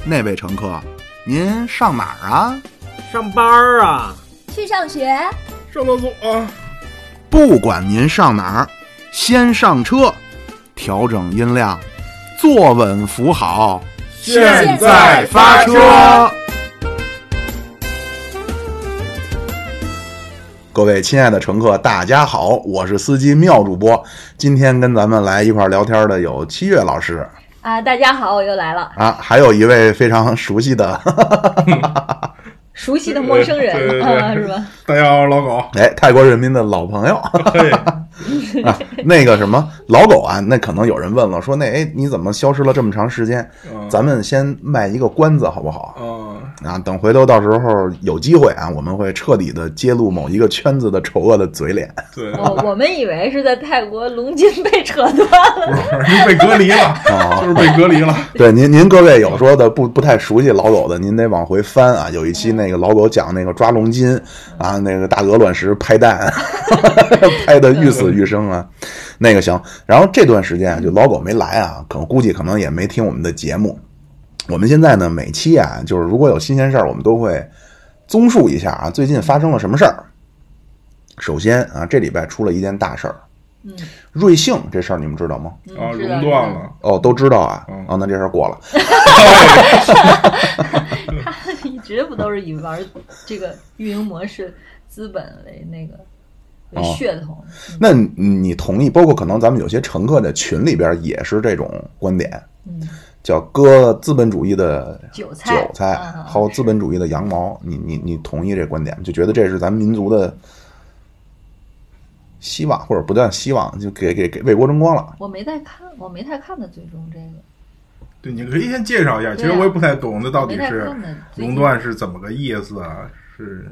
那位乘客，您上哪儿啊？ 上班啊？ 去上学？ 上厕所啊？ 不管您上哪儿，先上车，调整音量，坐稳扶好， 现在发车。 各位亲爱的乘客，大家好，我是司机妙主播。今天跟咱们来一块聊天的有七月老师啊，大家好，我又来了啊，还有一位非常熟悉的熟悉的陌生人对是吧？ 大家好，老狗。 哎，泰国人民的老朋友啊，那个什么老狗啊，那可能有人问了，说那你怎么消失了这么长时间？咱们先卖一个关子好不好？啊，等回头到时候有机会啊，我们会彻底的揭露某一个圈子的丑恶的嘴脸。 对， 我们以为是在泰国龙筋被扯断了， 不是被隔离了，就是被隔离了。 对，您各位有说的不太熟悉老狗的，您得往回翻啊。有一期那个老狗讲那个抓龙筋啊，那个大鹅卵石拍蛋，拍的欲死欲生啊，那个行。然后这段时间就老狗没来啊，估计可能也没听我们的节目。我们现在呢，每期啊，就是如果有新鲜事儿，我们都会综述一下啊，最近发生了什么事儿。首先啊，这礼拜出了一件大事儿，瑞幸这事儿你们知道吗？ 啊，熔断了。 哦，都知道啊。哦，那这事儿过了。 他一直不都是以玩这个运营模式、资本为那个为噱头？ 那你同意？包括可能咱们有些乘客的群里边也是这种观点。叫割资本主义的韭菜，薅资本主义的羊毛，你同意这观点吗？就觉得这是咱们民族的希望，或者不但希望，就给为国争光了。 我没太看的最终这个。 对，你可以先介绍一下。其实我也不太懂，这到底是熔断是怎么个意思啊？是。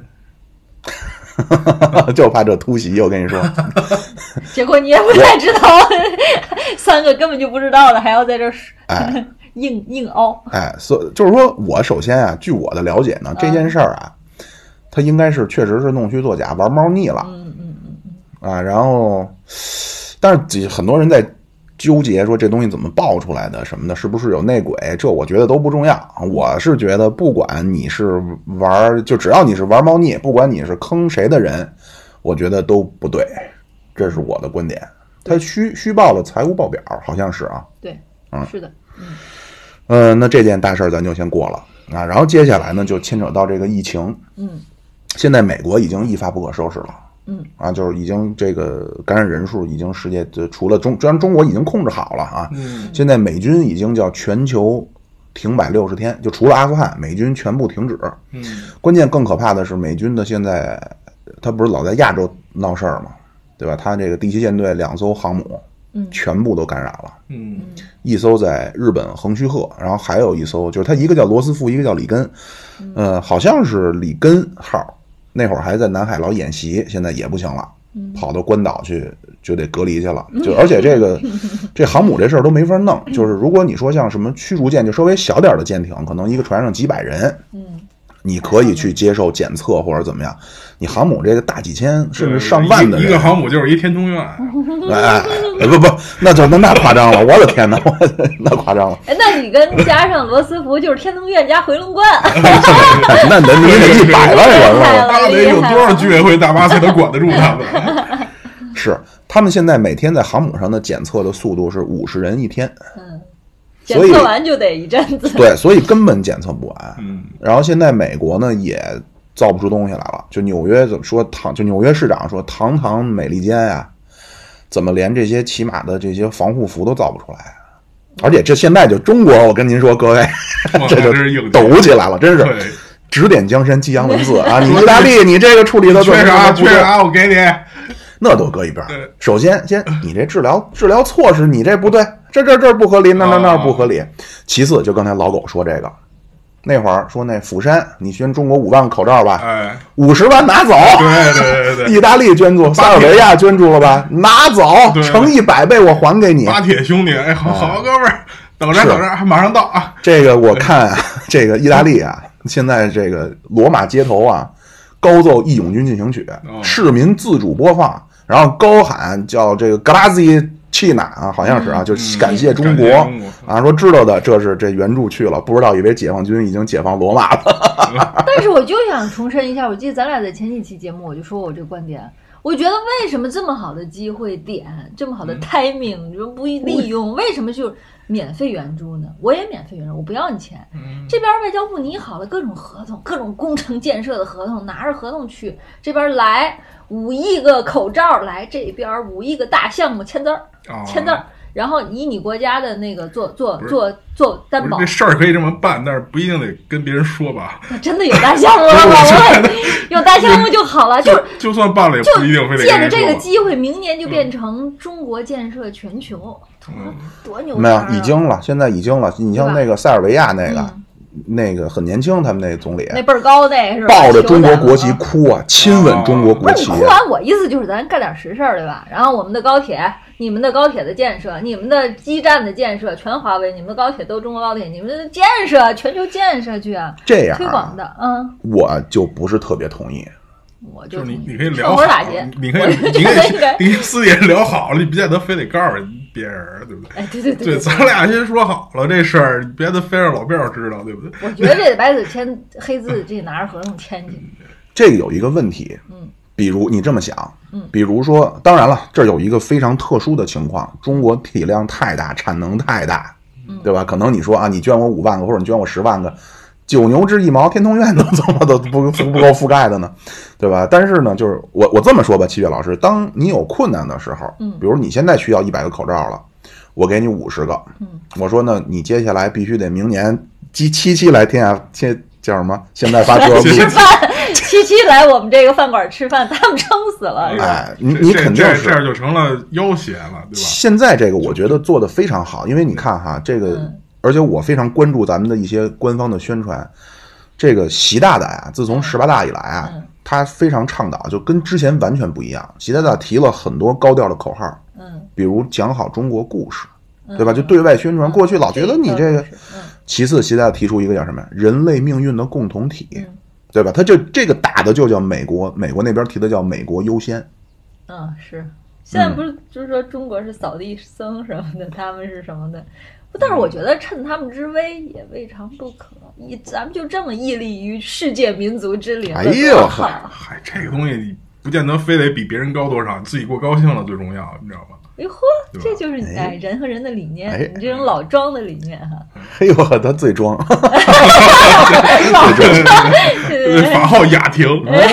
就怕这突袭，我跟你说。 结果你也不太知道，三个根本就不知道的，还要在这硬凹。哎， 就是说我首先啊，据我的了解呢，这件事儿啊，它应该是确实是弄虚作假，玩猫腻了。啊，然后，但是很多人在纠结说这东西怎么爆出来的什么的，是不是有内鬼？这我觉得都不重要。我是觉得，不管你是就只要你是玩猫腻，不管你是坑谁的人，我觉得都不对。这是我的观点。他虚报了财务报表，好像是啊。 对，是的。 那这件大事咱就先过了啊。然后接下来呢，就牵扯到这个疫情。现在美国已经一发不可收拾了。就是已经这个感染人数已经世界除了中国已经控制好了啊。现在美军已经叫全球停摆60天，就除了阿富汗，美军全部停止。关键更可怕的是，美军的现在他不是老在亚洲闹事儿吗？对吧？他这个第7舰队2艘航母，全部都感染了。一艘在日本横须贺，然后还有一艘就是他一个叫罗斯福，一个叫里根，好像是里根号。那会儿还在南海老演习，现在也不行了，跑到关岛去就得隔离去了。而且这航母这事儿都没法弄。就是如果你说像什么驱逐舰，就稍微小点的舰艇，可能一个船上几百人，你可以去接受检测或者怎么样。你航母这个大几千甚至上万的人， 一个航母就是一天通苑。 不，那夸张了，我的天哪，那夸张了。 那你跟加上罗斯福就是天通苑加回龙观， 那你得100万人了， 那得有多少居委会大巴才能管得住他们？ 是，他们现在每天在航母上的检测的速度是50人一天。 检测完就得一阵子。 对，所以根本检测不完。然后现在美国呢也造不出东西来了。就纽约怎么说就纽约市长说，堂美利坚呀，怎么连这些起码的这些防护服都造不出来？而且这现在就中国，我跟您说，各位，这就抖起来了，真是指点江山，激扬文字啊！你意大利，你这个处理的缺啥？我给你。 那都搁一边。首先你这治疗措施，你这不对，这不合理，那不合理。其次，就刚才老狗说这个，那会儿说那釜山，你捐中国5万口罩吧，50万拿走。对。意大利捐助，塞尔维亚捐助了吧，拿走，乘100倍我还给你。 巴铁兄弟，好哥们儿，等着，马上到啊！ 这个我看啊，这个意大利啊，现在这个罗马街头啊，高奏《义勇军进行曲》，市民自主播放。然后高喊叫这个格拉西 China 啊，好像是啊，就感谢中国啊，说知道的这是这援助去了，不知道以为解放军已经解放罗马了。 但是我就想重申一下，我记得咱俩在前几期节目我就说我这个观点，我觉得为什么这么好的机会点，这么好的 timing 你们不利用，为什么就免费援助呢？我也免费援助，我不要你钱。这边外交部拟好了各种合同，各种工程建设的合同，拿着合同去这边来5亿个口罩，来这边5亿个大项目签字儿，签字儿。然后以你国家的那个做担保， 这事儿可以这么办，但是不一定得跟别人说吧。 真的有大项目了吗？有大项目就好了， 就算办了也不一定非得。 借着这个机会，明年就变成中国建设全球，多牛！ 没有，已经了，现在已经了。你像那个塞尔维亚那个很年轻，他们那总理那倍儿高那是吧？ 抱着中国国旗哭啊，亲吻中国国旗。 你哭完，我意思就是咱干点实事儿，对吧？然后我们的高铁。你们的高铁的建设，你们的基站的建设全华为，你们的高铁都中国高铁，你们的建设全球建设去啊， 这样推广的， 我就不是特别同意。 我就你可以聊好，你可以私底下聊好了，你不见得非得告诉别人，对不对？ 哎，对， 咱俩先说好了这事儿，别得非让老辫知道，对不对？ 我觉得这得白纸签黑字，这拿着合同签去。 这个有一个问题，比如你这么想，比如说，当然了，这有一个非常特殊的情况，中国体量太大，产能太大，对吧？可能你说啊，你捐我5万个，或者你捐我10万个，9牛治1毛，天通苑都怎么都不够覆盖的呢，对吧？但是呢，就是我这么说吧，七月老师，当你有困难的时候，比如你现在需要100个口罩了，我给你50个，我说呢，你接下来必须得明年七期来天下叫什么？现代发车吃饭，77来我们这个饭馆吃饭，他们撑死了。 哎，你肯定是这样就成了要挟了，对吧？ 现在这个我觉得做得非常好，因为你看哈，这个，而且我非常关注咱们的一些官方的宣传。这个习大大呀，自从18大以来啊，他非常倡导，就跟之前完全不一样。习大大提了很多高调的口号，比如讲好中国故事，对吧？就对外宣传。过去老觉得你这个。其次，习大大提出一个叫什么？人类命运的共同体，对吧？他就这个打的就叫美国那边提的叫美国优先。 是。现在不是就是说中国是扫地僧什么的，他们是什么的？但是我觉得趁他们之危也未尝不可。咱们就这么屹立于世界民族之林， 哎呦， 嗨，这个东西你不见得非得比别人高多少，你自己过高兴了最重要，你知道吧？ 哎呵，这就是人和人的理念，你这种老庄的理念哈。 哎呦，他最庄， 老庄，对， 法号雅婷。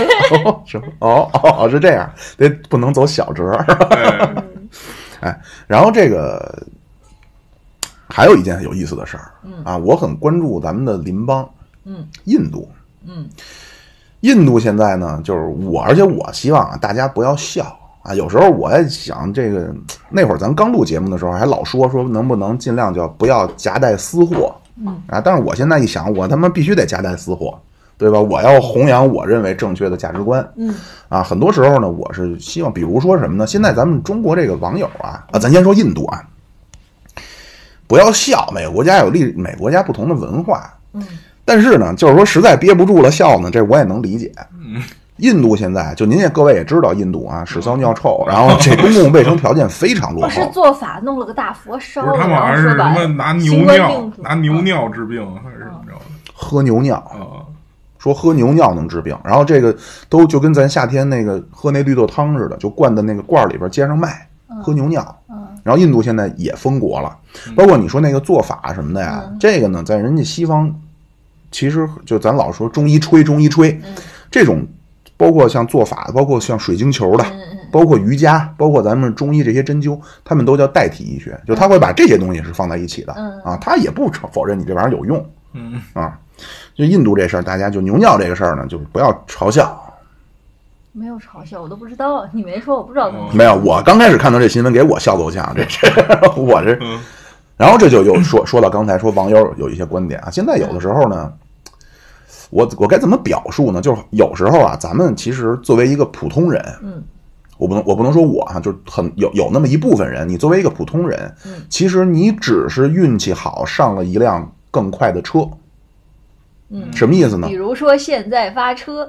是这样，得不能走小折。哎，然后这个还有一件有意思的事儿啊，我很关注咱们的邻邦，印度，印度现在呢，就是而且我希望啊，大家不要笑。有时候我在想，这个那会儿咱刚录节目的时候，还老说能不能尽量就不要夹带私货，但是我现在一想，我他妈必须得夹带私货，对吧？我要弘扬我认为正确的价值观，很多时候呢，我是希望，比如说什么呢？现在咱们中国这个网友咱先说印度啊，不要笑，每个国家有每个国家不同的文化，但是呢，就是说实在憋不住了笑呢，这我也能理解，印度现在就您也各位也知道，印度啊屎骚尿臭，然后这公共卫生条件非常落后。 是做法弄了个大佛烧了， 他们好像是什么拿牛尿治病还是怎么着的？ 喝牛尿说喝牛尿能治病，然后这个都就跟咱夏天那个喝那绿豆汤似的，就灌在那个罐里边接上麦，喝牛尿。然后印度现在也封国了，包括你说那个做法什么的呀，这个呢，在人家西方，其实就咱老说中医吹，这种。包括像做法，包括像水晶球的，包括瑜伽，包括咱们中医这些针灸，他们都叫代替医学，就他会把这些东西是放在一起的他也不否认你这玩意儿有用，就印度这事儿，大家就牛尿这个事儿呢，就不要嘲笑。 没有嘲笑，我都不知道，你没说我不知道。 没有，我刚开始看到这新闻，给我笑够呛，这是我这，然后这就又说到刚才说网友有一些观点现在有的时候呢。我该怎么表述呢？就是有时候咱们其实作为一个普通人，我不能说我就很有那么一部分人，你作为一个普通人，其实你只是运气好上了一辆更快的车， 什么意思呢？ 比如说现在发车，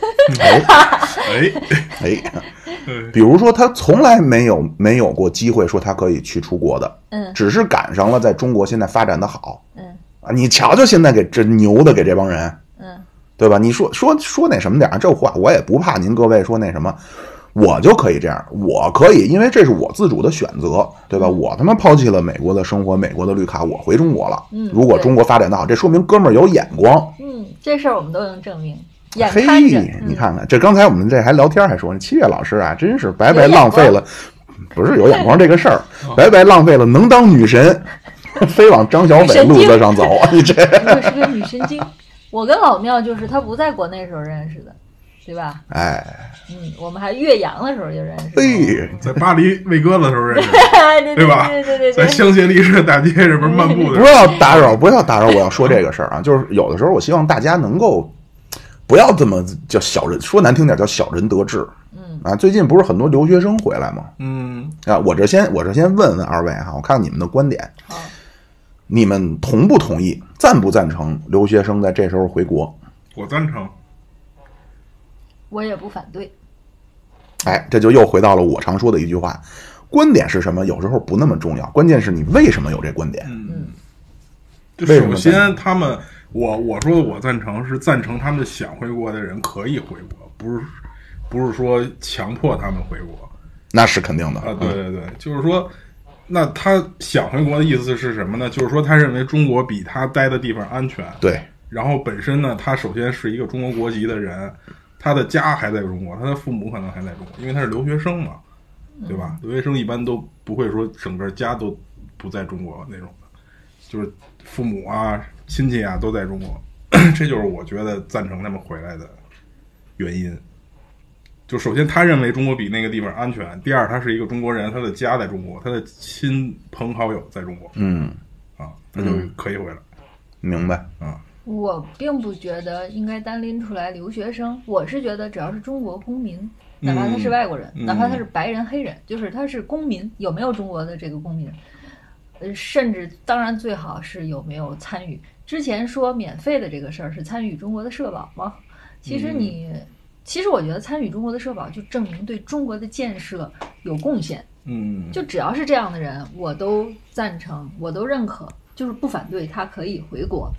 比如说他从来没有过机会说他可以去出国的，只是赶上了在中国现在发展的好，你瞧瞧现在给这牛的给这帮人，对吧？你说那什么点这话我也不怕您各位说那什么。我就可以这样，我可以，因为这是我自主的选择，对吧？我他妈抛弃了美国的生活，美国的绿卡，我回中国了。如果中国发展的好，这说明哥们儿有眼光。 这事儿我们都能证明。眼看着， 你看看，这刚才我们这还聊天还说，七月老师啊，真是白白浪费了，不是有眼光这个事儿，白白浪费了能当女神，非往张小斐路子上走。你这是个女神经。我跟老庙就是他不在国内时候认识的。对吧？我们还岳阳的时候就认识， 在巴黎魏哥的时候认识，对吧？ 对， 在香榭丽舍大街这边漫步的。 不要打扰，我要说这个事儿啊，就是有的时候我希望大家能够不要这么叫小人，说难听点叫小人得志。最近不是很多留学生回来吗？我这先问问二位哈，我看看你们的观点。你们同不同意、赞不赞成留学生在这时候回国？ 我赞成。 我也不反对。 这就又回到了我常说的一句话，观点是什么有时候不那么重要，关键是你为什么有这观点。 就首先他们我说的我赞成是赞成他们想回国的人可以回国，不是说强迫他们回国， 那是肯定的对，就是说那他想回国的意思是什么呢？就是说他认为中国比他待的地方安全， 对， 然后本身呢他首先是一个中国国籍的人，他的家还在中国，他的父母可能还在中国，因为他是留学生嘛，对吧？留学生一般都不会说整个家都不在中国那种的，就是父母啊、亲戚啊都在中国，这就是我觉得赞成他们回来的原因。就首先他认为中国比那个地方安全，第二他是一个中国人，他的家在中国，他的亲朋好友在中国，他就可以回来。 明白啊。 我并不觉得应该单拎出来留学生，我是觉得只要是中国公民，哪怕他是外国人，哪怕他是白人、黑人，就是他是公民，有没有中国的这个公民，甚至当然最好是有没有参与。之前说免费的这个事儿是参与中国的社保吗？其实我觉得参与中国的社保就证明对中国的建设有贡献。就只要是这样的人，我都赞成，我都认可，就是不反对他可以回国。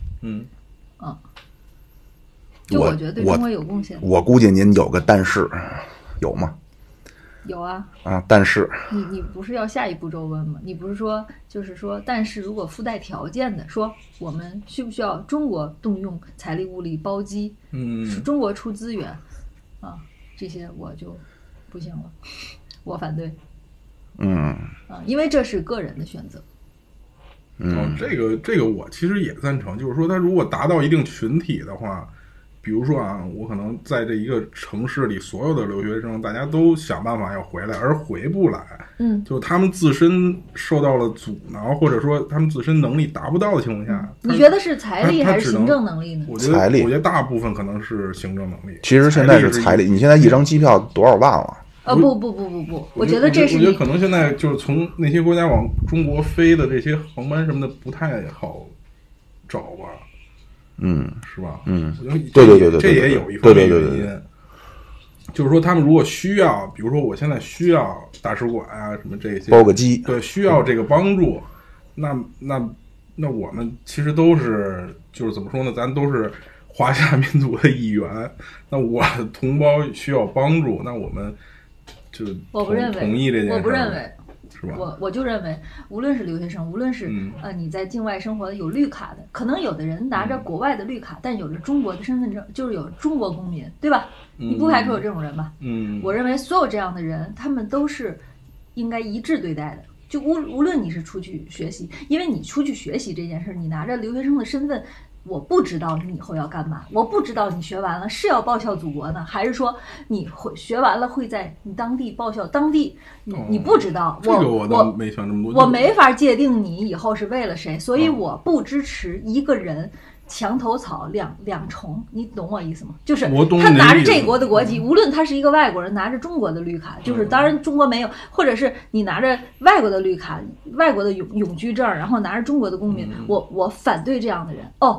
就我觉得对中国有贡献。 我估计您有个但是，有吗？ 有啊。 但是你不是要下一步骤问吗？你不是说就是说，但是如果附带条件的，说我们需不需要中国动用财力物力包机？是中国出资源这些我就不行了，我反对。因为这是个人的选择。 这个我其实也赞成，就是说他如果达到一定群体的话，比如说我可能在这一个城市里，所有的留学生大家都想办法要回来，而回不来，就他们自身受到了阻挠，或者说他们自身能力达不到的情况下， 你觉得是财力还是行政能力呢？ 我觉得大部分可能是行政能力。 其实现在是财力，你现在一张机票多少万了？ 不，我觉得这是我觉得可能现在就是从那些国家往中国飞的这些航班什么的不太好找吧，是吧？对，这也有一方面原因，就是说他们如果需要，比如说我现在需要大使馆什么这些包个机， 对，需要这个帮助，那我们其实都是就是怎么说呢？咱都是华夏民族的一员，那我的同胞需要帮助，那我们就我不认为同意这件事， 我不认为， 是吧？ 我就认为，无论是留学生，无论是你在境外生活的有绿卡的，可能有的人拿着国外的绿卡，但有着中国的身份证，就是有中国公民，对吧？你不排除有这种人吧？我认为所有这样的人，他们都是应该一致对待的。就无论你是出去学习，因为你出去学习这件事，你拿着留学生的身份。我不知道你以后要干嘛，我不知道你学完了是要报效祖国呢，还是说你学完了会在你当地报效当地，你不知道。 这个我都没想这么多， 我没法界定你以后是为了谁，所以我不支持一个人墙头草两重，你懂我意思吗？就是他拿着这国的国籍，无论他是一个外国人拿着中国的绿卡，就是当然中国没有，或者是你拿着外国的绿卡、外国的永居证，然后拿着中国的公民，我反对这样的人。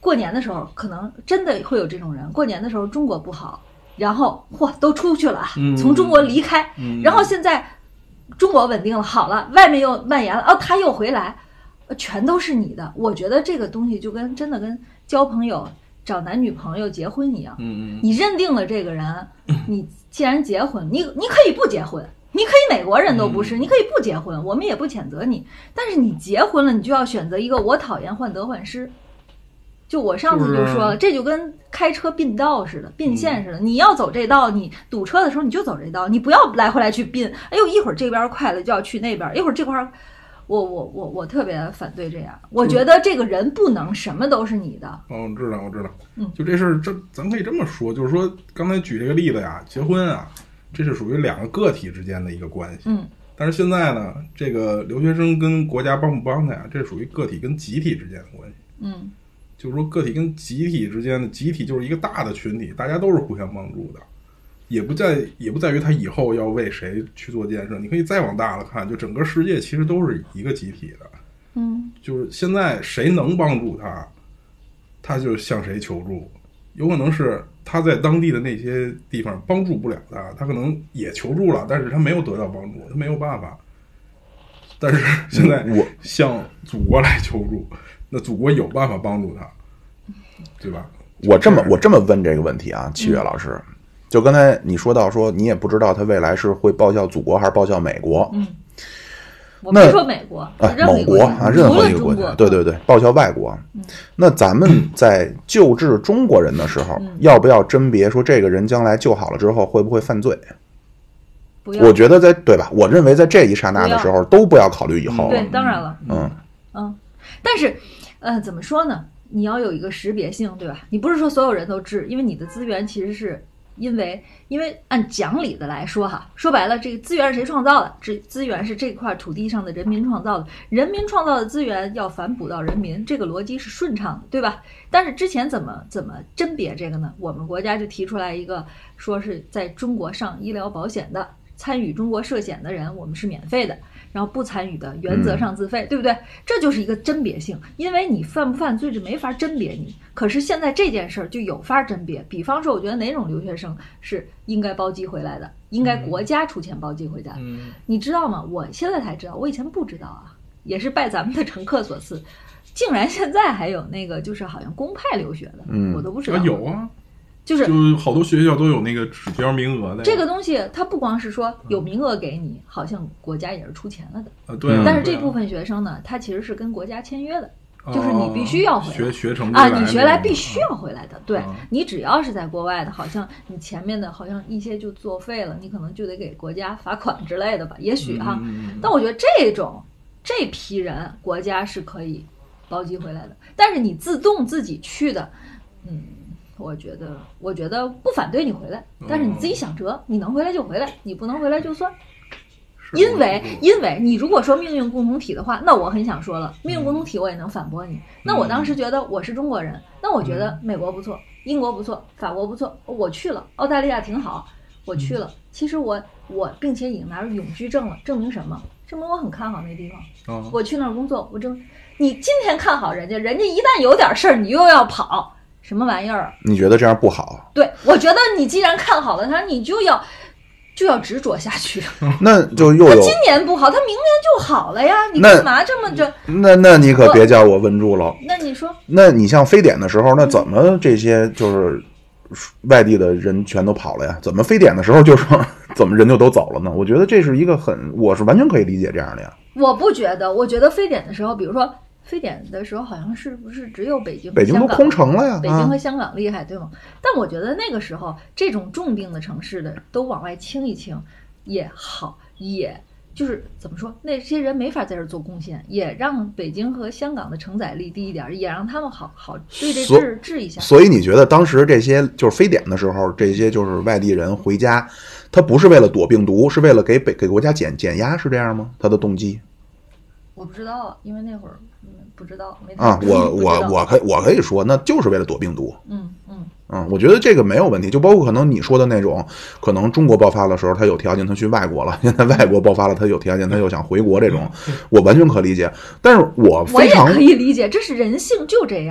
过年的时候可能真的会有这种人，过年的时候中国不好，然后都出去了，从中国离开，然后现在中国稳定了，好了，外面又蔓延了，他又回来，全都是你的。我觉得这个东西就真的跟交朋友、找男女朋友、结婚一样，你认定了这个人，你既然结婚，你可以不结婚。你可以美国人都不是，你可以不结婚，我们也不谴责你。但是你结婚了，你就要选择一个我讨厌患得患失。就我上次就说了，这就跟开车并道似的，并线似的。你要走这道，你堵车的时候你就走这道，你不要来回来去并。哎呦，一会儿这边快了就要去那边，一会儿这块，我特别反对这样。我觉得这个人不能什么都是你的。 我知道。就这事儿，咱可以这么说，就是说刚才举这个例子呀，结婚啊。这是属于两个个体之间的一个关系，但是现在呢，这个留学生跟国家帮不帮他呀？这是属于个体跟集体之间的关系，就是说个体跟集体之间的，集体就是一个大的群体，大家都是互相帮助的，也不在于他以后要为谁去做建设。你可以再往大了看，就整个世界其实都是一个集体的，就是现在谁能帮助他，他就向谁求助，有可能是。他在当地的那些地方帮助不了他可能也求助了，但是他没有得到帮助，他没有办法。但是现在我向祖国来求助，那祖国有办法帮助他，对吧？ 我这么问这个问题啊，七月老师，就刚才你说到说你也不知道他未来是会报效祖国还是报效美国， 我没说美国， 某国啊，任何一个国家，对，报效外国。那咱们在救治中国人的时候，要不要甄别说这个人将来救好了之后会不会犯罪？ 不要， 我觉得对吧？我认为在这一刹那的时候都不要考虑以后。 对，当然了，但是，怎么说呢？你要有一个识别性，对吧？你不是说所有人都治，因为你的资源其实是。因为按讲理的来说哈，说白了，这个资源是谁创造的？这资源是这块土地上的人民创造的，人民创造的资源要反哺到人民，这个逻辑是顺畅的，对吧？但是之前怎么甄别这个呢？我们国家就提出来一个，说是在中国上医疗保险的，参与中国社险的人，我们是免费的。然后不参与的原则上自费，对不对？这就是一个甄别性，因为你犯不犯罪这没法甄别你。可是现在这件事儿就有法甄别，比方说，我觉得哪种留学生是应该包机回来的，应该国家出钱包机回来。你知道吗？我现在才知道，我以前不知道啊，也是拜咱们的乘客所赐，竟然现在还有那个就是好像公派留学的，我都不知道。 有啊。 就是好多学校都有那个指标名额的。 这个东西它不光是说有名额给你，好像国家也是出钱了的。 对。 但是这部分学生呢，他其实是跟国家签约的，就是你必须要回来。 学成啊，你学来必须要回来的。对，你只要是在国外的，好像你前面的好像一些就作废了，你可能就得给国家罚款之类的吧？也许哈。但我觉得这批人，国家是可以包机回来的，但是你自动自己去的，我觉得不反对你回来，但是你自己想辙，你能回来就回来，你不能回来就算。因为你如果说命运共同体的话，那我很想说了，命运共同体我也能反驳你。那我当时觉得我是中国人，那我觉得美国不错，英国不错，法国不错，我去了，澳大利亚挺好，我去了。其实我并且已经拿着永居证了，证明什么？证明我很看好那地方。我去那儿工作，你今天看好人家一旦有点事儿，你又要跑。什么玩意儿？你觉得这样不好？ 对，我觉得你既然看好了他，你就要执着下去。 那就又有他今年不好，他明年就好了呀！你干嘛这么着？ 那你可别叫我问住了。 那你说， 那你像非典的时候，那怎么这些就是外地的人全都跑了呀？怎么非典的时候就说怎么人就都走了呢？我觉得这是一个我是完全可以理解这样的呀。 我不觉得，我觉得非典的时候，比如说。非典的时候好像是不是只有北京都空城了呀？ 北京和香港厉害，对吗？但我觉得那个时候这种重病的城市的都往外清一清也好，也就是怎么说，那些人没法在这儿做贡献，也让北京和香港的承载力低一点，也让他们好对这治一下。 所以你觉得当时这些就是非典的时候，这些就是外地人回家，他不是为了躲病毒，是为了给国家减压，是这样吗？他的动机？ 我不知道，因为那会儿不知道。 我可以说，那就是为了躲病毒。我觉得这个没有问题。就包括可能你说的那种，可能中国爆发的时候他有条件他去外国了，现在外国爆发了他有条件他又想回国，这种我完全可理解。但是我也可以理解，这是人性，就这样。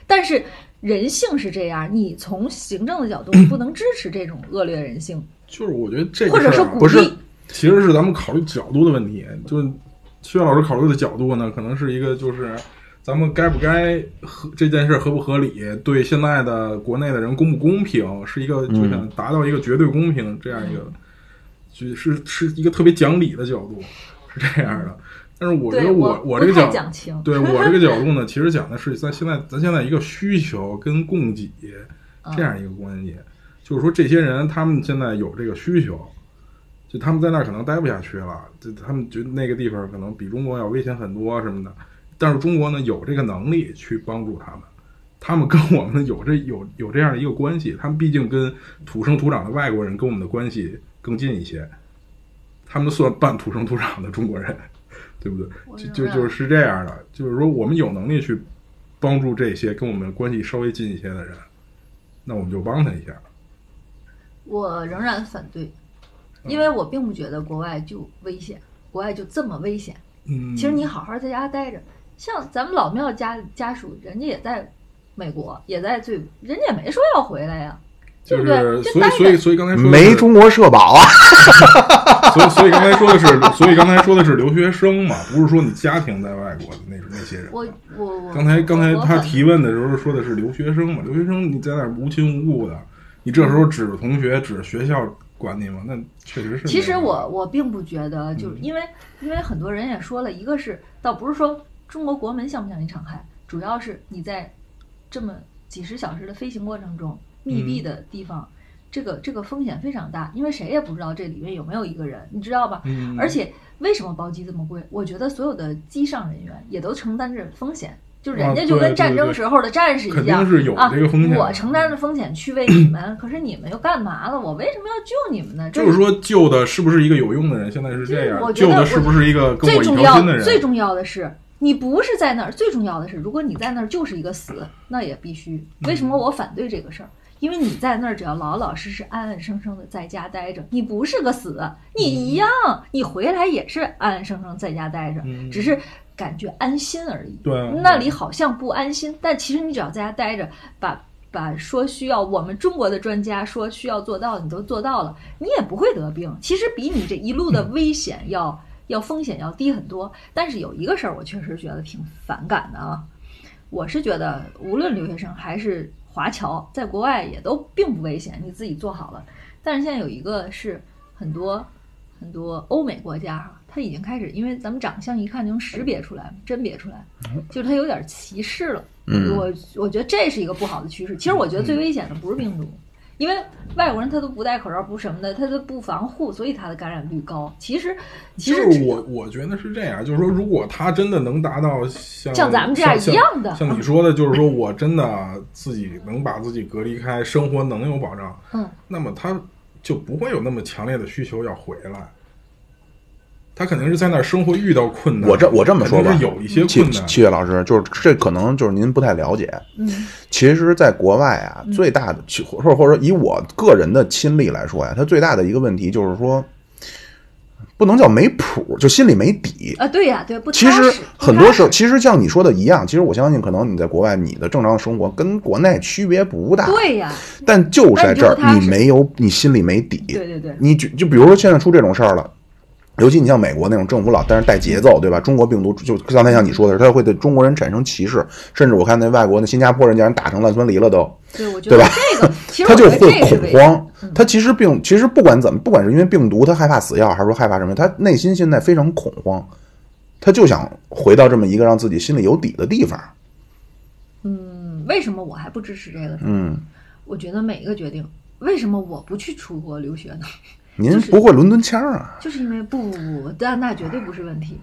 但是人性是这样，你从行政的角度不能支持这种恶劣人性， 就是我觉得这个或者是鼓不是， 励， 其实是咱们考虑角度的问题。就是薛老师考虑的角度呢，可能是一个就是咱们该不该这件事合不合理，对现在的国内的人公不公平，是一个就想达到一个绝对公平这样一个，是一个特别讲理的角度，是这样的。但是我觉得我这个对我这个角度呢，其实讲的是咱现在一个需求跟供给这样一个关系，就是说这些人他们现在有这个需求，就他们在那儿可能待不下去了，就他们觉得那个地方可能比中国要危险很多什么的。但是中国呢有这个能力去帮助他们，他们跟我们有这样的一个关系，他们毕竟跟土生土长的外国人跟我们的关系更近一些，他们算半土生土长的中国人，对不对？就是这样的，就是说我们有能力去帮助这些跟我们关系稍微近一些的人，那我们就帮他一下。 我仍然反对，因为我并不觉得国外就危险，国外就这么危险。其实你好好在家待着。像咱们老庙家属，人家也在美国，也在人家也没说要回来呀，对不对？ 所以刚才说没中国社保啊， 所以刚才说的是留学生嘛，不是说你家庭在外国的那些人。 我刚才他提问的时候说的是留学生嘛，留学生你在那儿无亲无故的，你这时候指着同学指着学校管你吗？那确实是。 其实我并不觉得，就是因为很多人也说了，一个是倒不是说中国国门像不像一场海，主要是你在这么几十小时的飞行过程中，密闭的地方，这个风险非常大，因为谁也不知道这里面有没有一个人，你知道吧？而且为什么包机这么贵？我觉得所有的机上人员也都承担着风险。就人家就跟战争时候的战士一样， 肯定是有这个风险。 我承担着风险去为你们，可是你们又干嘛了？我为什么要救你们呢？ 就是说，救的是不是一个有用的人？现在是这样，救的是不是一个跟我一条心的人？ 最重要的是，你不是在那儿。最重要的是，如果你在那儿就是一个死，那也必须。为什么我反对这个事儿？因为你在那儿只要老老实实、安安生生的在家待着，你不是个死，你一样，你回来也是安安生生在家待着，只是感觉安心而已。 对， 那里好像不安心，但其实你只要在家待着，把说需要我们中国的专家说需要做到的你都做到了，你也不会得病。其实比你这一路的危险要风险要低很多。但是有一个事儿我确实觉得挺反感的啊，我是觉得无论留学生还是华侨，在国外也都并不危险，你自己做好了。但是现在有一个是很多欧美国家他已经开始，因为咱们长相一看就能识别出来，甄别出来，就是他有点歧视了。我觉得这是一个不好的趋势。其实我觉得最危险的不是病毒，因为外国人他都不戴口罩不什么的，他都不防护，所以他的感染率高。其实就是我觉得是这样，就是说如果他真的能达到像咱们这样一样的， 像你说的，就是说我真的自己能把自己隔离开，生活能有保障，那么他就不会有那么强烈的需求要回来。他肯定是在那儿生活遇到困难。 我这么说吧， 有一些困难。 七月老师，就是这可能就是您不太了解。其实，在国外啊，最大的或者说以我个人的亲历来说呀，它最大的一个问题就是说，不能叫没谱，就心里没底啊。对呀，对，不踏实。其实很多时候， 其实像你说的一样，其实我相信，可能你在国外，你的正常生活跟国内区别不大。 对呀。 但就在这儿，你心里没底。 对。 你就比如说现在出这种事儿了。尤其你像美国那种政府老但是带节奏，对吧？中国病毒就刚才像你说的，它会对中国人产生歧视，甚至我看那外国那新加坡人家人打成烂酸梨了都， 对，我觉得对吧？ 这个其实他就会恐慌，他其实不管是因为病毒他害怕死药，还是说害怕什么，他内心现在非常恐慌，他就想回到这么一个让自己心里有底的地方。 为什么我还不支持这个呢？我觉得每一个决定，为什么我不去出国留学呢？ 您不会伦敦腔啊？ 就是因为不，那绝对不是问题。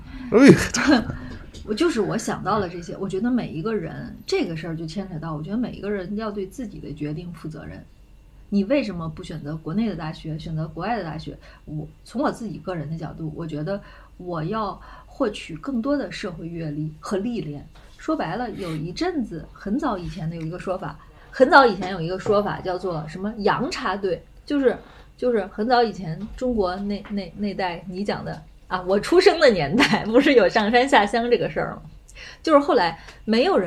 我想到了这些，我觉得每一个人这个事儿就牵扯到，我觉得每一个人要对自己的决定负责任。你为什么不选择国内的大学，选择国外的大学？从我自己个人的角度，我觉得我要获取更多的社会阅历和历练。说白了，有一阵子很早以前有一个说法叫做什么洋插队，就是很早以前中国那代你讲的啊，我出生的年代不是有上山下乡这个事儿吗？就是后来没有人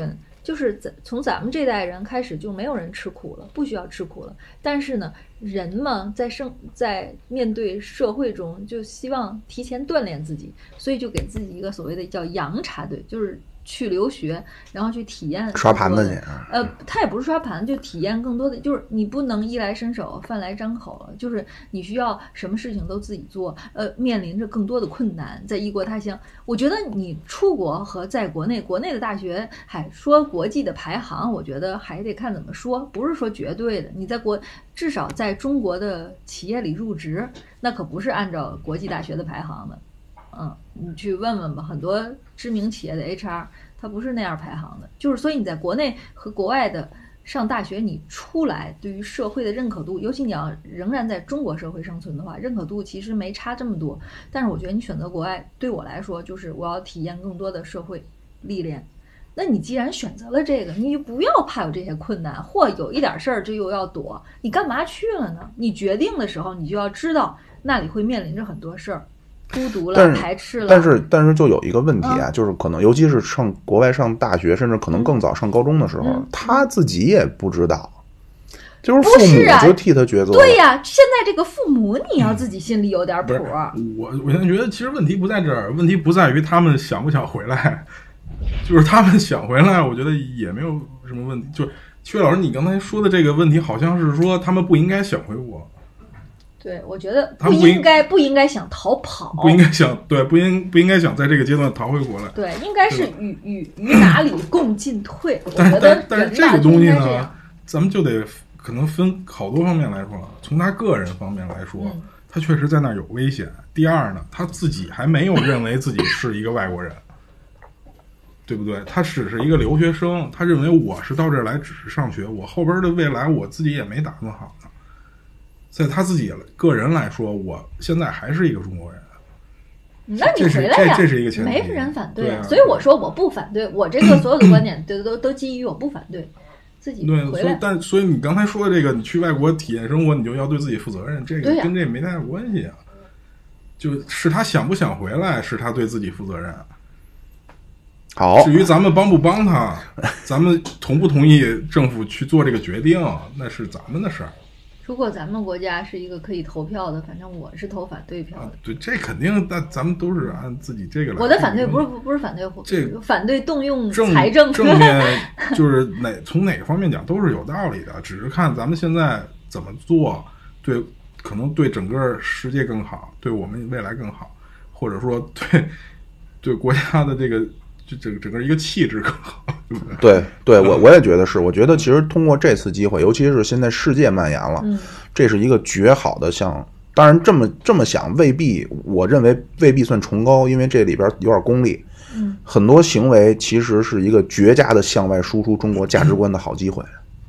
就是从咱们这代人开始就没有人吃苦了，不需要吃苦了。但是呢，人嘛，在面对社会中，就希望提前锻炼自己，所以就给自己一个所谓的叫洋插队，就是去留学，然后去体验刷盘子去。 他也不是刷盘，就体验更多的，就是你不能衣来伸手，饭来张口了，就是你需要什么事情都自己做，面临着更多的困难，在异国他乡。我觉得你出国和在国内的大学，说国际的排行，我觉得还得看怎么说，不是说绝对的。你至少在中国的企业里入职，那可不是按照国际大学的排行的。你去问问吧，很多知名企业的 HR 它不是那样排行的，就是所以你在国内和国外的上大学，你出来对于社会的认可度，尤其你要仍然在中国社会生存的话，认可度其实没差这么多。但是我觉得你选择国外，对我来说就是我要体验更多的社会历练。那你既然选择了这个，你就不要怕有这些困难，或有一点事儿就又要躲，你干嘛去了呢？你决定的时候，你就要知道那里会面临着很多事儿。孤独了，排斥了， 但是就有一个问题啊，就是可能尤其是上国外上大学，甚至可能更早上高中的时候，他自己也不知道，就是父母就替他抉择。 对呀，现在这个父母你要自己心里有点谱。 我现在觉得其实问题不在这儿，问题不在于他们想不想回来，就是他们想回来，我觉得也没有什么问题。就薛老师你刚才说的这个问题，好像是说他们不应该想回国。 对，我觉得不应该想逃跑， 不应该想在这个阶段逃回国来。 对，应该是与哪里共进退。 但是这个东西呢，咱们就得可能分好多方面来说。从他个人方面来说，他确实在那儿有危险。第二呢，他自己还没有认为自己是一个外国人，对不对？他只是一个留学生，他认为我是到这儿来只是上学，我后边的未来我自己也没打算好呢。在他自己个人来说，我现在还是一个中国人。 那你回来呀， 这是一个前提， 没人反对啊。 所以我说我不反对，我这个所有的观点都基于我不反对，自己回来。 所以你刚才说的这个，你去外国体验生活，你就要对自己负责任，这个跟这没太大关系啊。就是他想不想回来，是他对自己负责任。 好， 至于咱们帮不帮他，咱们同不同意政府去做这个决定，那是咱们的事儿。 如果咱们国家是一个可以投票的，反正我是投反对票的。 对，这肯定，但咱们都是按自己这个来。 我的反对不是反对， 这反对动用财政正面，就是从哪个方面讲都是有道理的，只是看咱们现在怎么做，对，可能对整个世界更好，对我们未来更好，或者说对国家的这个。就整个一个气质更好， 对，我也觉得是。我觉得其实通过这次机会，尤其是现在世界蔓延了，这是一个绝好的项。当然这么想我认为未必算崇高，因为这里边有点功利。很多行为其实是一个绝佳的向外输出中国价值观的好机会。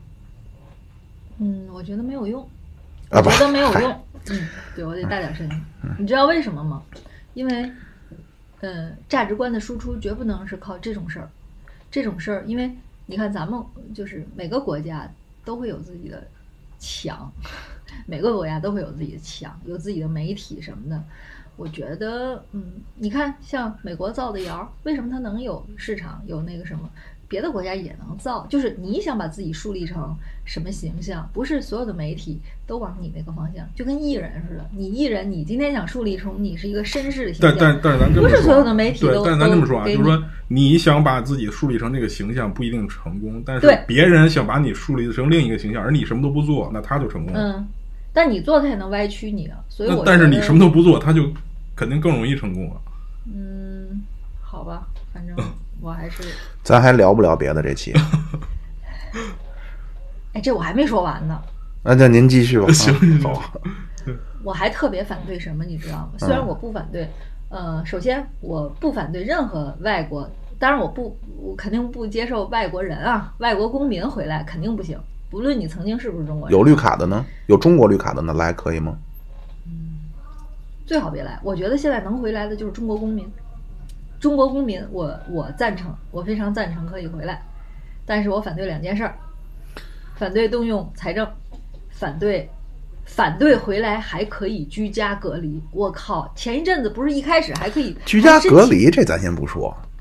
我觉得没有用，我觉得没有用。对，我得大点声音。你知道为什么吗？因为。价值观的输出绝不能是靠这种事儿，因为你看咱们就是每个国家都会有自己的墙，每个国家都会有自己的墙，有自己的媒体什么的。我觉得，你看像美国造的谣，为什么它能有市场，有那个什么？别的国家也能造，就是你想把自己树立成什么形象，不是所有的媒体都往你那个方向，就跟艺人似的。你艺人，你今天想树立成你是一个绅士的形象， 但是咱这么说， 不是所有的媒体都。 但是咱这么说啊，就是说你想把自己树立成这个形象不一定成功，但是别人想把你树立成另一个形象，而你什么都不做，那他就成功了。 但你做他也能歪曲你啊，所以但是你什么都不做，他就肯定更容易成功啊。 好吧，反正我还是。 咱还聊不聊别的这期？ 这我还没说完呢。 那您继续吧。 行， 好。 我还特别反对什么，你知道吗？虽然我不反对，首先我不反对任何外国，当然我肯定不接受外国人啊，外国公民回来肯定不行，不论你曾经是不是中国人。 有绿卡的呢？有中国绿卡的呢？来可以吗？ 最好别来。我觉得现在能回来的就是中国公民。中国公民我赞成，我非常赞成可以回来，但是我反对2件事儿：反对动用财政，反对回来还可以居家隔离。我靠，前一阵子不是一开始还可以居家隔离，这咱先不说，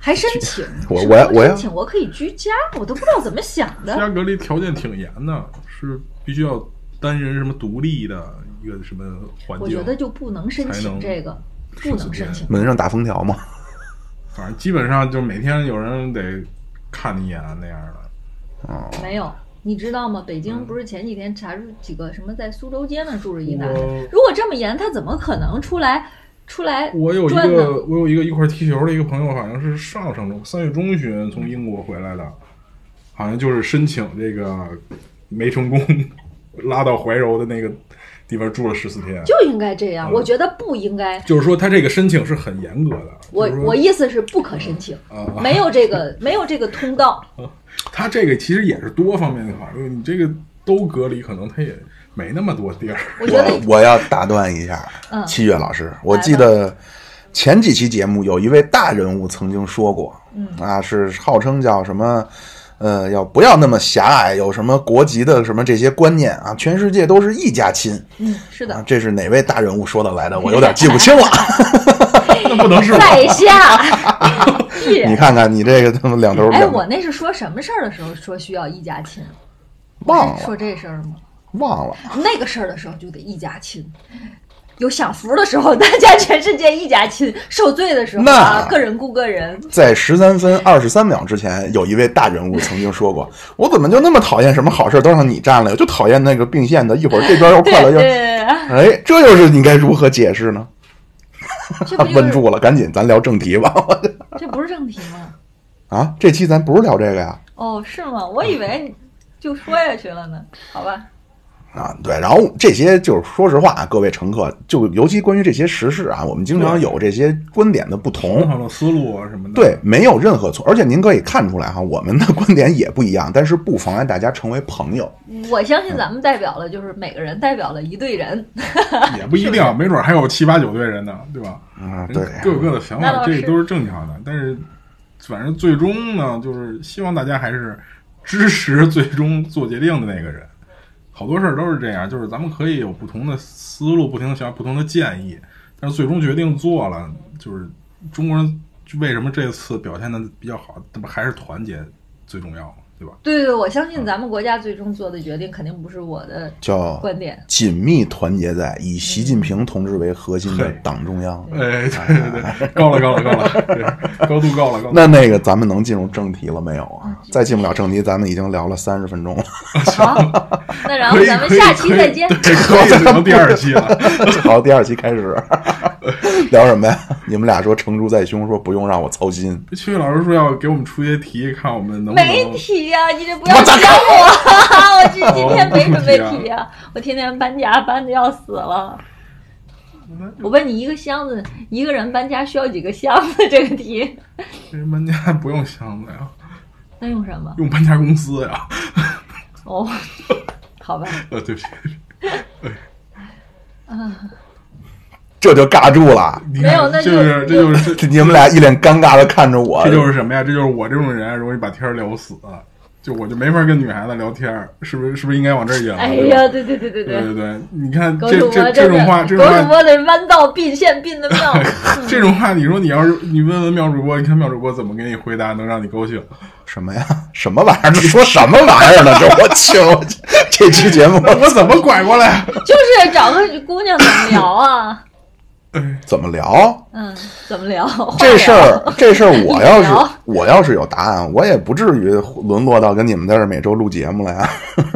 还申请？ 我申请，我可以居家，我都不知道怎么想的。 居家隔离条件挺严的，是必须要单人什么独立的一个什么环境。 我觉得就不能申请这个，不能申请。 门上打封条吗？ 反正基本上就每天有人得看你一眼那样的。 没有。你知道吗？北京不是前几天查出几个什么在苏州街那住着一男的，如果这么严，他怎么可能出来？ 我有一个一块踢球的一个朋友，好像是上中3月中旬从英国回来的，好像就是申请这个没成功，拉到怀柔的那个地方住了14天。 就应该这样，我觉得不应该。 就是说他这个申请是很严格的。 我意思是不可申请，没有这个通道。 他这个其实也是多方面的考虑，你这个都隔离，可能他也没那么多地儿。 我要打断一下，七月老师，我记得前几期节目有一位大人物曾经说过，是号称叫什么要不要那么狭隘，有什么国籍的什么这些观念啊，全世界都是一家亲。 是的， 这是哪位大人物说的来的？我有点记不清了。 那不能是在下。 你看看你这个他们两头。 我那是说什么事儿的时候说需要一家亲？ 忘了说这事儿吗？ 忘了。 那个事儿的时候就得一家亲。有享福的时候，大家全世界一家亲；受罪的时候个人顾个人。 在13分23秒之前，有一位大人物曾经说过：“我怎么就那么讨厌什么好事都让你占了，我就讨厌那个并线的，一会儿这边又快了又……哎，这又是你该如何解释呢？”问住了，赶紧咱聊正题吧。 这不是正题吗？ 啊，这期咱不是聊这个呀？ 哦，是吗？我以为就说下去了呢。好吧。 对，然后这些就是说实话，各位乘客，就尤其关于这些时事啊，我们经常有这些观点的不同， 思路啊什么的。 对，没有任何错，而且您可以看出来哈，我们的观点也不一样，但是不妨碍大家成为朋友。 我相信咱们代表了，就是每个人代表了一队人， 也不一定，没准还有7、8、9队人呢，对吧？ 对， 各有各的想法，这都是正常的。但是，反正最终呢，就是希望大家还是支持最终做决定的那个人。好多事儿都是这样，就是咱们可以有不同的思路、不同的想法、不同的建议，但是最终决定做了，就是中国人为什么这次表现的比较好，那不还是团结最重要吗？对吧？ 对，我相信咱们国家最终做的决定肯定不是我的观点， 紧密团结在以习近平同志为核心的党中央。 对，高了，高度高了。 那个咱们能进入正题了没有啊？再进不了正题，咱们已经聊了30分钟了。 好，那然后咱们下期再见。 对，可以聊第2期了。 好，第2期开始。聊什么呀？你们俩说成竹在胸，说不用让我操心。 曲玉老师说要给我们出些题，看我们能不能。 没题呀，你这不要讲我。我今天没准备题呀，我天天搬家搬的要死了。我问你，一个箱子，一个人搬家需要几个箱子？这个题。 这人搬家不用箱子呀。 那用什么？ 用搬家公司呀。 哦，好吧。 对不起。 这就尬住了。 没有，那这就是你们俩一脸尴尬的看着我。 这就是什么呀？这就是我这种人容易把天聊死。就我就没法跟女孩子聊天，是不是应该往这儿引？ 哎呀，对， 你看这种话， 狗主播的弯道并线并的妙。 这种话，你说你要是你问妙主播，你看妙主播怎么给你回答，能让你高兴？ 什么呀？什么玩意儿？你说什么玩意儿呢？这期节目我怎么拐过来？ 就是找个姑娘怎么聊啊？ 怎么聊？ 怎么聊？ 这事儿我要是有答案，我也不至于沦落到跟你们在这每周录节目了呀。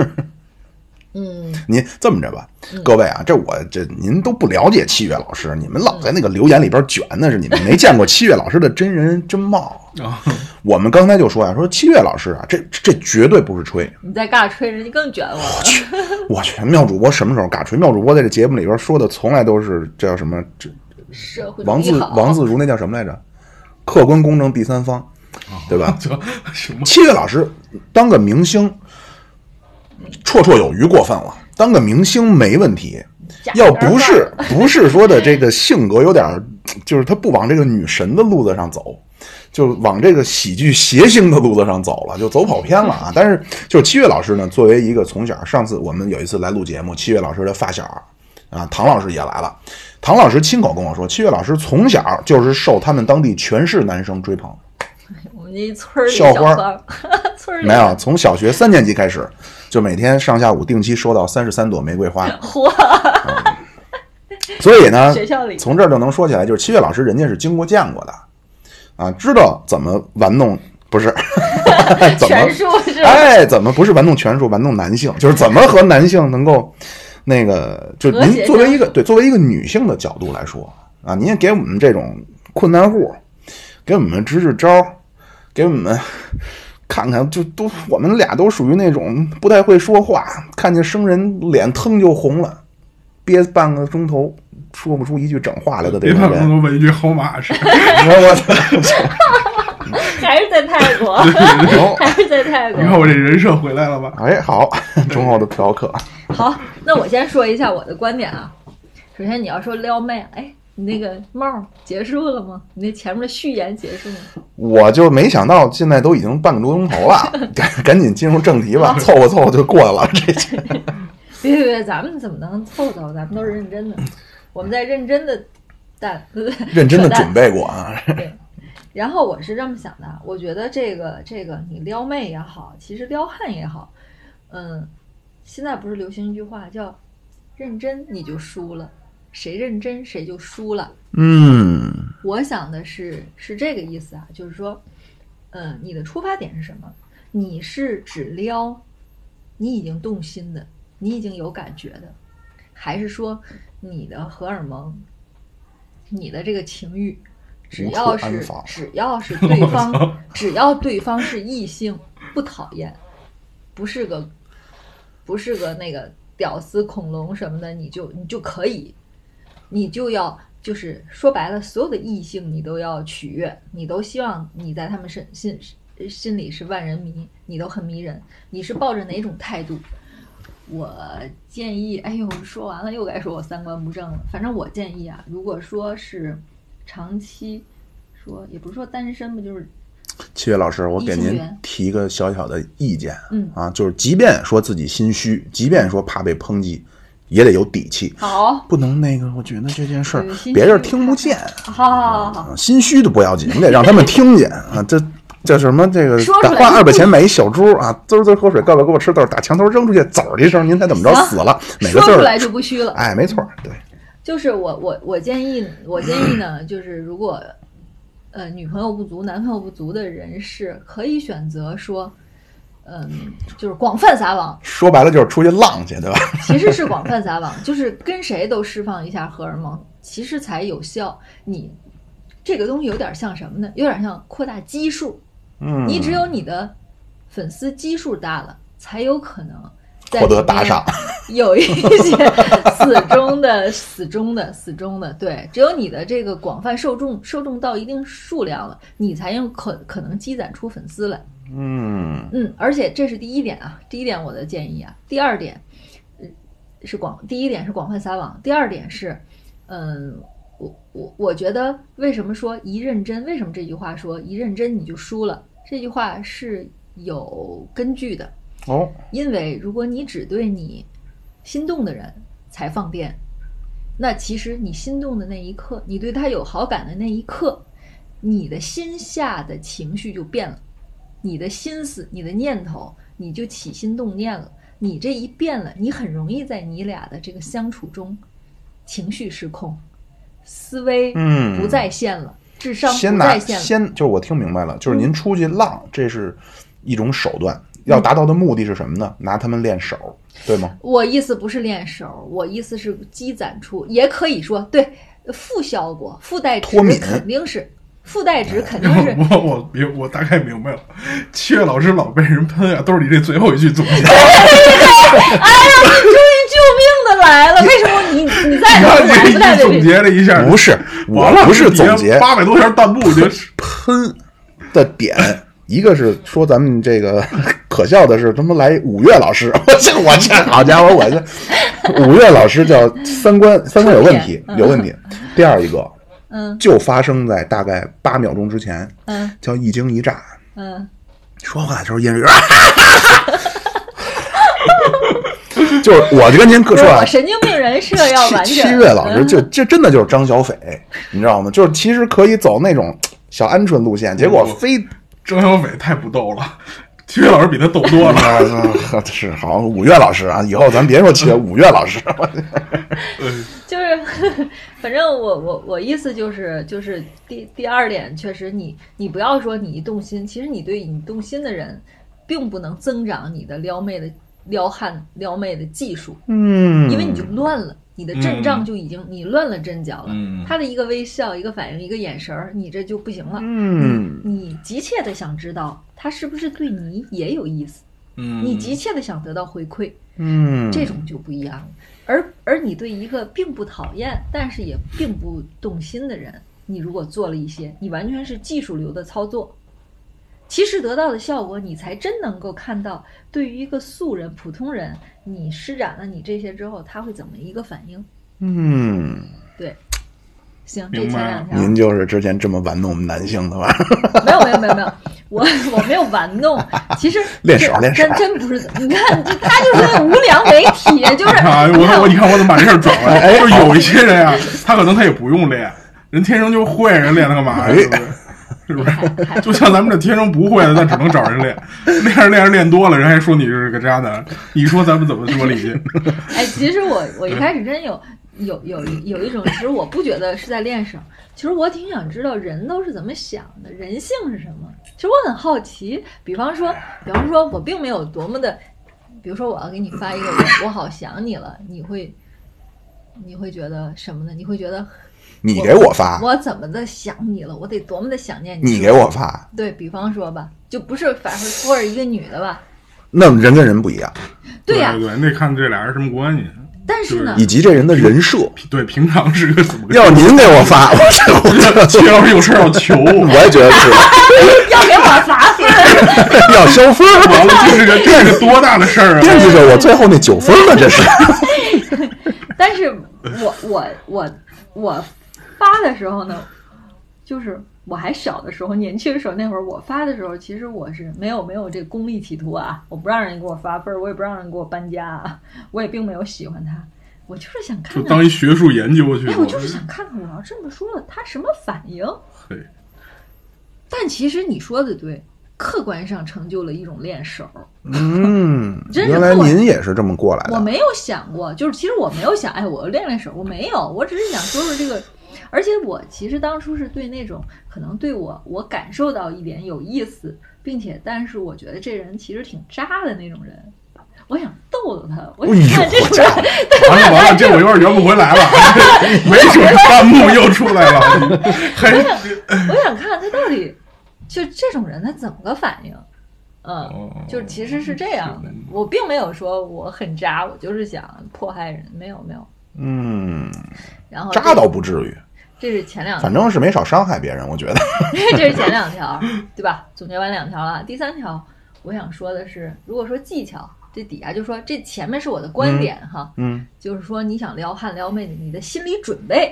您这么着吧，各位啊，您都不了解七月老师，你们老在那个留言里边卷，那是你们没见过七月老师的真人真貌。我们刚才就说呀，说七月老师啊，这绝对不是吹。 你在尬吹，人家更卷我去，妙主播什么时候尬吹？妙主播在这节目里边说的从来都是这叫什么？ 社会王自如那叫什么来着？客观公正第三方，对吧？七月老师当个明星，绰绰有余过分了。当个明星没问题，要不是说的这个性格有点，就是他不往这个女神的路子上走，就往这个喜剧谐星的路子上走了，就走跑偏了啊！但是就是七月老师呢，作为一个从小，上次我们有一次来录节目，七月老师的发小啊，唐老师也来了。唐老师亲口跟我说，七月老师从小就是受他们当地全市男生追捧。 我们这村里校花村里没有，从小学3年级开始，就每天上下午定期收到33朵玫瑰花。 嚯！ 所以呢， 学校里从这儿就能说起来，就是七月老师人家是经过见过的啊，知道怎么玩弄，不是怎么权术是吧？ 哎，怎么不是玩弄权术，玩弄男性，就是怎么和男性能够那个，就您作为一个女性的角度来说啊，您也给我们这种困难户，给我们支支招，给我们看看，就都我们俩都属于那种不太会说话，看见生人脸腾就红了，憋半个钟头说不出一句整话来的这种人。 别半个钟头问一句好马是。 还是在泰国，还是在泰国。 你看我这人设回来了吧？ 哎，好，忠厚的嫖客。 好，那我先说一下我的观点啊。首先你要说撩妹，哎，你那个帽结束了吗？你那前面的序言结束了吗？ 我就没想到现在都已经半个多钟头了，赶紧进入正题吧，凑合就过来了。这别，咱们怎么能凑凑？咱们都是认真的，我们在认真的认真的准备过啊。 对。然后我是这么想的，我觉得这个你撩妹也好，其实撩汉也好，现在不是流行一句话叫“认真你就输了”，谁认真谁就输了。我想的是这个意思啊，就是说，你的出发点是什么？你是只撩你已经动心的，你已经有感觉的，还是说你的荷尔蒙，你的这个情欲？只要是对方是异性，不讨厌，不是个那个屌丝恐龙什么的，你就可以，你就要就是说白了，所有的异性你都要取悦，你都希望你在他们心里是万人迷，你都很迷人，你是抱着哪种态度？我建议，哎呦，说完了又该说我三观不正了。反正我建议啊，如果说是长期说，也不是说单身吧，就是七月老师，我给您提一个小小的意见，就是即便说自己心虚，即便说怕被抨击，也得有底气， 好， 不能那个，我觉得这件事儿别人听不见， 好， 心虚的不要紧，你得让他们听见啊，这什么这个花200钱买一小猪啊，滋滋喝水，告给我吃豆，打墙头扔出去，嗖一声，您猜怎么着死了？每个字说出来就不虚了， 哎，没错，对。 就是我建议呢，就是如果女朋友不足、男朋友不足的人士，可以选择说，就是广泛撒网。 说白了就是出去浪去，对吧？ 其实是广泛撒网，就是跟谁都释放一下荷尔蒙，其实才有效。你这个东西有点像什么呢？有点像扩大基数。你只有你的粉丝基数大了，才有可能获得打赏， 有一些死忠的，对，只有你的这个广泛受众到一定数量了，你才有可能积攒出粉丝来。而且这是第一点啊，第一点我的建议啊，第二点第一点是广泛撒网，第二点是，我觉得为什么说一认真？为什么这句话说一认真你就输了？这句话是有根据的。因为如果你只对你心动的人才放电，那其实你心动的那一刻，你对他有好感的那一刻，你的心下的情绪就变了，你的心思、你的念头，你就起心动念了。你这一变了，你很容易在你俩的这个相处中，情绪失控，思维不在线了，智商不在线了。 就是我听明白了，就是您出去浪，这是一种手段。要达到的目的是什么呢？拿他们练手，对吗？ 我意思不是练手，我意思是积攒出，也可以说对负效果、附带值肯定是附带值肯定是。 我大概明白了，七月老师老被人喷啊，都是你这最后一句总结。哎呀，你终于救命的来了！为什么你在你看总结了一下？ 不是，我不是总结 800多条弹幕， 就是喷的点。一个是说咱们这个可笑的是他妈来5月老师，我这好家伙，我这5月老师叫三观有问题，有问题。第二一个，就发生在大概8秒钟之前，叫一惊一乍，说话的时候音乐，就是我就跟您说啊， 神经病人设要完全。 7月老师这真的就是张小斐，你知道吗？就是其实可以走那种小鹌鹑路线，结果非张小斐太不逗了。七月老师比他逗多了， 是好五岳老师啊！以后咱别说五岳老师， 就是，反正我意思就是第二点，确实你不要说你一动心，其实你对你动心的人，并不能增长你的撩妹的技术，因为你就乱了。你的阵仗就已经你乱了阵脚了，他的一个微笑、一个反应、一个眼神，你这就不行了。你急切的想知道他是不是对你也有意思，你急切的想得到回馈，这种就不一样了。而你对一个并不讨厌，但是也并不动心的人，你如果做了一些，你完全是技术流的操作。其实得到的效果，你才真能够看到，对于一个素人、普通人，你施展了你这些之后，他会怎么一个反应？对，行，这前两条。 您就是之前这么玩弄我们男性的吧？ 没有，我没有玩弄，其实练手， 真不是。你看，他就是无良为体，就是啊，你看我怎么把这事转过来？就是有一些人啊，他可能他也不用练，人天生就会，人练他干嘛呀？对不对？是不是？就像咱们这天生不会的，那只能找人练，练多了，人还说你是个渣男，你说咱们怎么说理去？ 哎，其实我一开始真有一种，其实我不觉得是在练手，其实我挺想知道人都是怎么想的，人性是什么。其实我很好奇，比方说我并没有多么的，比如说我要给你发一个我好想你了，你会觉得什么呢？你会觉得。 你给我发， 我怎么的想你了？我得多么的想念你给我发。 对，比方说吧，就不是反正说是一个女的吧， 那人跟人不一样。 对呀， 对，那看这俩人什么关系。 但是呢， 以及这人的人设， 对，平常是个怎么？ 要您给我发， 齐老师有事要求， 我也觉得是。 要给我罚分， 要消分， 完了，这是多大的事儿啊！ 惦记着我最后那9分了，这是。 但是我发的时候呢，就是我还小的时候，年轻的时候，那会儿我发的时候，其实我是没有这个功利企图啊，我不让人给我发分，我也不让人给我搬家啊，我也并没有喜欢他，我就是想看看， 就当一学术研究去。 哎，我就是想看看我要这么说了，他什么反应？ 对。 但其实你说的对，客观上成就了一种练手。 原来您也是这么过来的。 我没有想过，就是其实我没有想，哎，我练手，我没有，我只是想说这个。而且我其实当初是对那种可能对我感受到一点有意思，并且但是我觉得这人其实挺渣的那种人，我想逗逗他，我想看这种人。 完了，这我有点圆不回来了，没准弹幕又出来了。 我想看他到底就这种人他怎么个反应。就其实是这样的，我并没有说我很渣，我就是想迫害人，没有。然后渣倒不至于， 这是前两条， 反正是没少伤害别人，我觉得。 这是前两条，对吧？总结完2条了，第3条我想说的是，如果说技巧，这底下就说这前面是我的观点哈，就是说你想撩汉撩妹的，你的心理准备，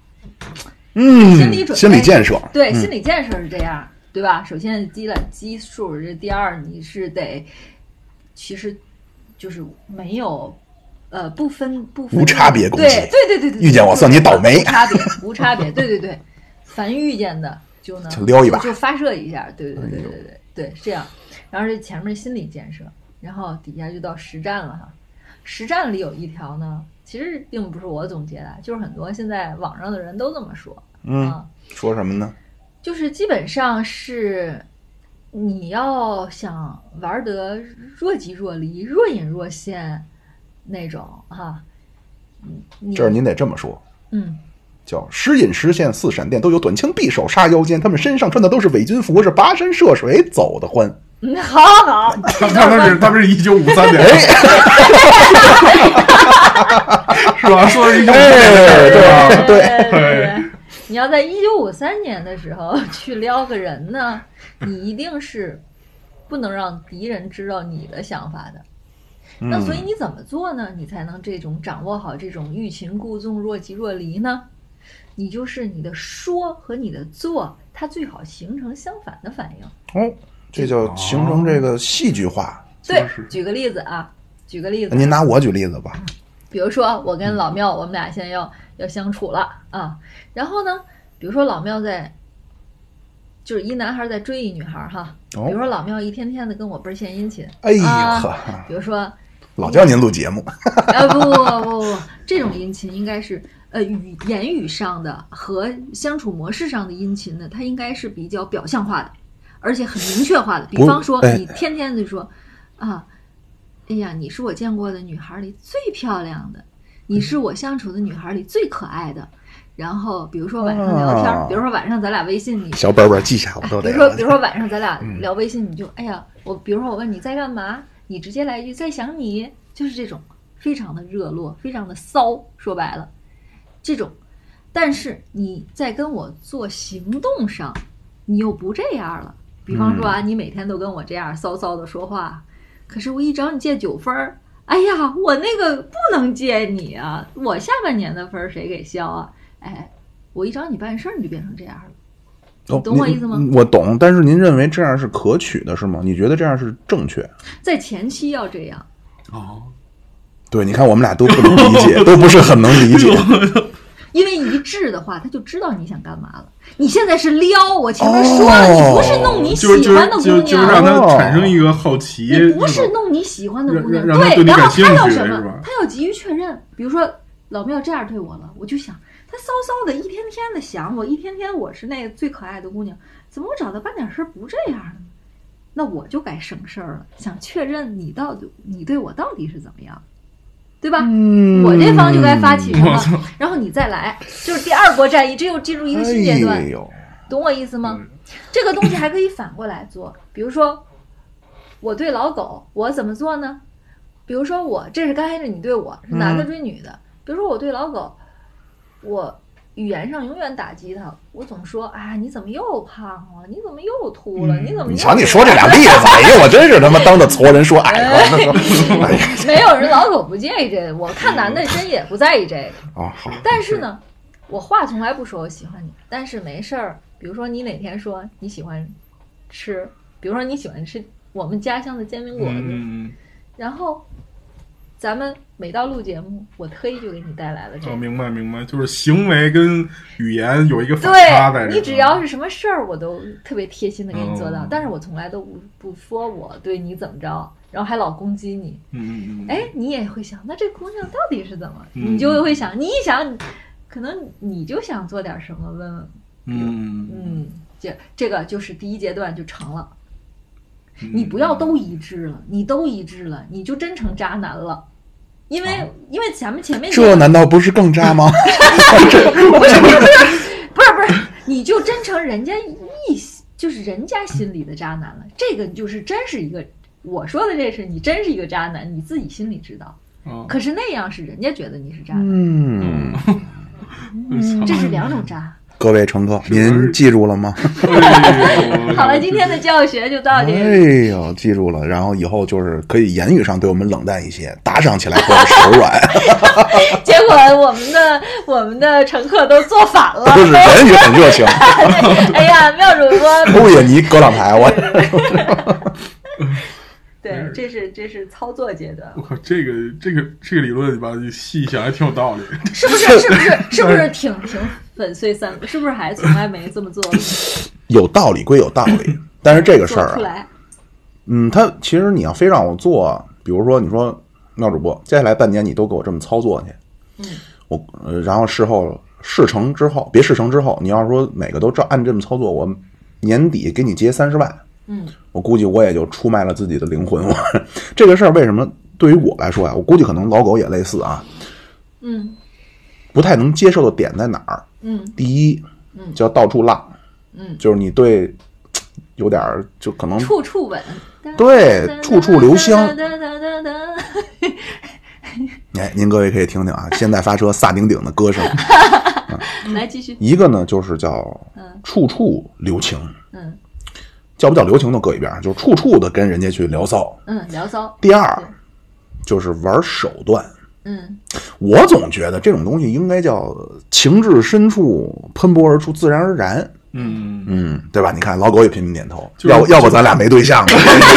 心理建设， 对，心理建设是这样。对吧？首先基数，这第二你是得，其实就是没有，不分无差别攻击。 对， 遇见我算你倒霉。 无差别，对，凡遇见的就撩一把， 就发射一下，对，是这样。然后这前面心理建设，然后底下就到实战了哈。实战里有一条呢，其实并不是我总结的，就是很多现在网上的人都这么说。 说什么呢？ 就是基本上是你要想玩得若即若离、若隐若现那种哈， 这您得这么说，叫时隐时现4闪电都有短枪匕首杀腰间，他们身上穿的都是伪军服，是跋山涉水走得欢。 好， 他们是1953年，是吧？说是1953年， 对。你要在1953年的时候去撩个人呢，你一定是不能让敌人知道你的想法的。那所以你怎么做呢？你才能这种掌握好这种欲擒故纵、若即若离呢？你就是你的说和你的做，它最好形成相反的反应。 这就形成这个戏剧化。 对，举个例子。 您拿我举例子吧。 比如说我跟老庙，我们俩现在要相处了啊，然后呢，比如说老庙在就是一男孩在追一女孩哈，比如说老庙一天天的跟我倍儿献殷勤， 哎呀， 比如说老叫您录节目， 不，这种殷勤应该是言语上的和相处模式上的殷勤呢，它应该是比较表象化的，而且很明确化的。比方说，你天天的说啊，哎呀，你是我见过的女孩里最漂亮的，你是我相处的女孩里最可爱的。然后比如说晚上聊天，比如说晚上咱俩微信，你小本本记下我都得。 比如说晚上咱俩聊微信，你就哎呀，比如说我问你在干嘛，你直接来一句在想你，就是这种非常的热络，非常的骚，说白了这种。但是你在跟我做行动上，你又不这样了。比方说啊，你每天都跟我这样骚骚的说话，可是我一找你借9分，哎呀，我那个不能借你啊，我下半年的分谁给消啊？哎，我一找你办事你就变成这样了，你懂我意思吗？ 我懂，但是您认为这样是可取的是吗？你觉得这样是正确？ 在前期要这样。 对，你看我们俩都不能理解，都不是很能理解。 因为一致的话，他就知道你想干嘛了。你现在是撩，我前面说了，你不是弄你喜欢的姑娘， 就让他产生一个好奇。 你不是弄你喜欢的姑娘， 对， 然后他要什么？他要急于确认。比如说老庙这样对我了，我就想他骚骚的，一天天的想我，一天天我是那个最可爱的姑娘，怎么我找他办点事不这样的呢？那我就该省事儿了，想确认你对我到底是怎么样。对吧？我这方就该发起什么，然后你再来，就是第2波战役，这又进入一个新阶段，懂我意思吗？这个东西还可以反过来做，比如说我对老狗，我怎么做呢？比如说这是刚开始你对我是男的追女的，比如说我对老狗，我语言上永远打击他，我总说啊，你怎么又胖了？你怎么又秃了？你怎么？ 你瞧你说这俩例子，哎呀，我真是他妈当着矬人说矮了。 没有人老狗不介意这个，我看男的真也不在意这个。 好。 但是呢，我话从来不说我喜欢你，但是没事儿。比如说你哪天说你喜欢吃，比如说你喜欢吃我们家乡的煎饼果子，然后咱们每到录节目，我特意就给你带来了这个。 明白，就是行为跟语言有一个反差在这。 对，你只要是什么事儿，我都特别贴心的给你做到，但是我从来都不说我对你怎么着，然后还老攻击你。哎，你也会想，那这姑娘到底是怎么？你就会想，你一想，可能你就想做点什么，问问。这个就是第1阶段就成了。你不要都一致了，你就真成渣男了。因为咱们前面这难道不是更渣吗？ 不是，你就真成人家就是人家心里的渣男了。这个就是真是一个，我说的这是你真是一个渣男，你自己心里知道。可是那样是人家觉得你是渣男。这是2种渣。 各位乘客，您记住了吗？ 好了，今天的教学就到这里。 哎呦，记住了，然后以后就是可以言语上对我们冷淡一些，打赏起来或者手软。 结果我们的乘客都做反了， 不是言语很热情。 哎呀，妙主播， 欧也尼隔两台我。 对，这是操作阶段。 我靠，这个理论吧，你细想还挺有道理。 是不是挺粉碎三观？是不是还从来没这么做过？ 有道理归有道理，但是这个事儿啊，他其实你要非让我做，比如说你说妙主播，接下来半年你都给我这么操作去，然后试成之后，别试成之后，你要说每个都按这么操作，我年底给你结30万。我估计我也就出卖了自己的灵魂。这个事儿为什么对于我来说呀？我估计可能老狗也类似啊。不太能接受的点在哪儿？第一，叫到处浪。就是你对有点就可能处处吻， 对，处处留香。哎，您各位可以听听啊，现在发车萨顶顶的歌声。 来继续。 一个呢，就是叫处处留情。叫不叫留情都搁一边，就是处处的跟人家去聊骚。 聊骚。 第二，就是玩手段。我总觉得这种东西应该叫情至深处喷薄而出，自然而然。对吧？你看老狗也频频点头，要不咱俩没对象呢。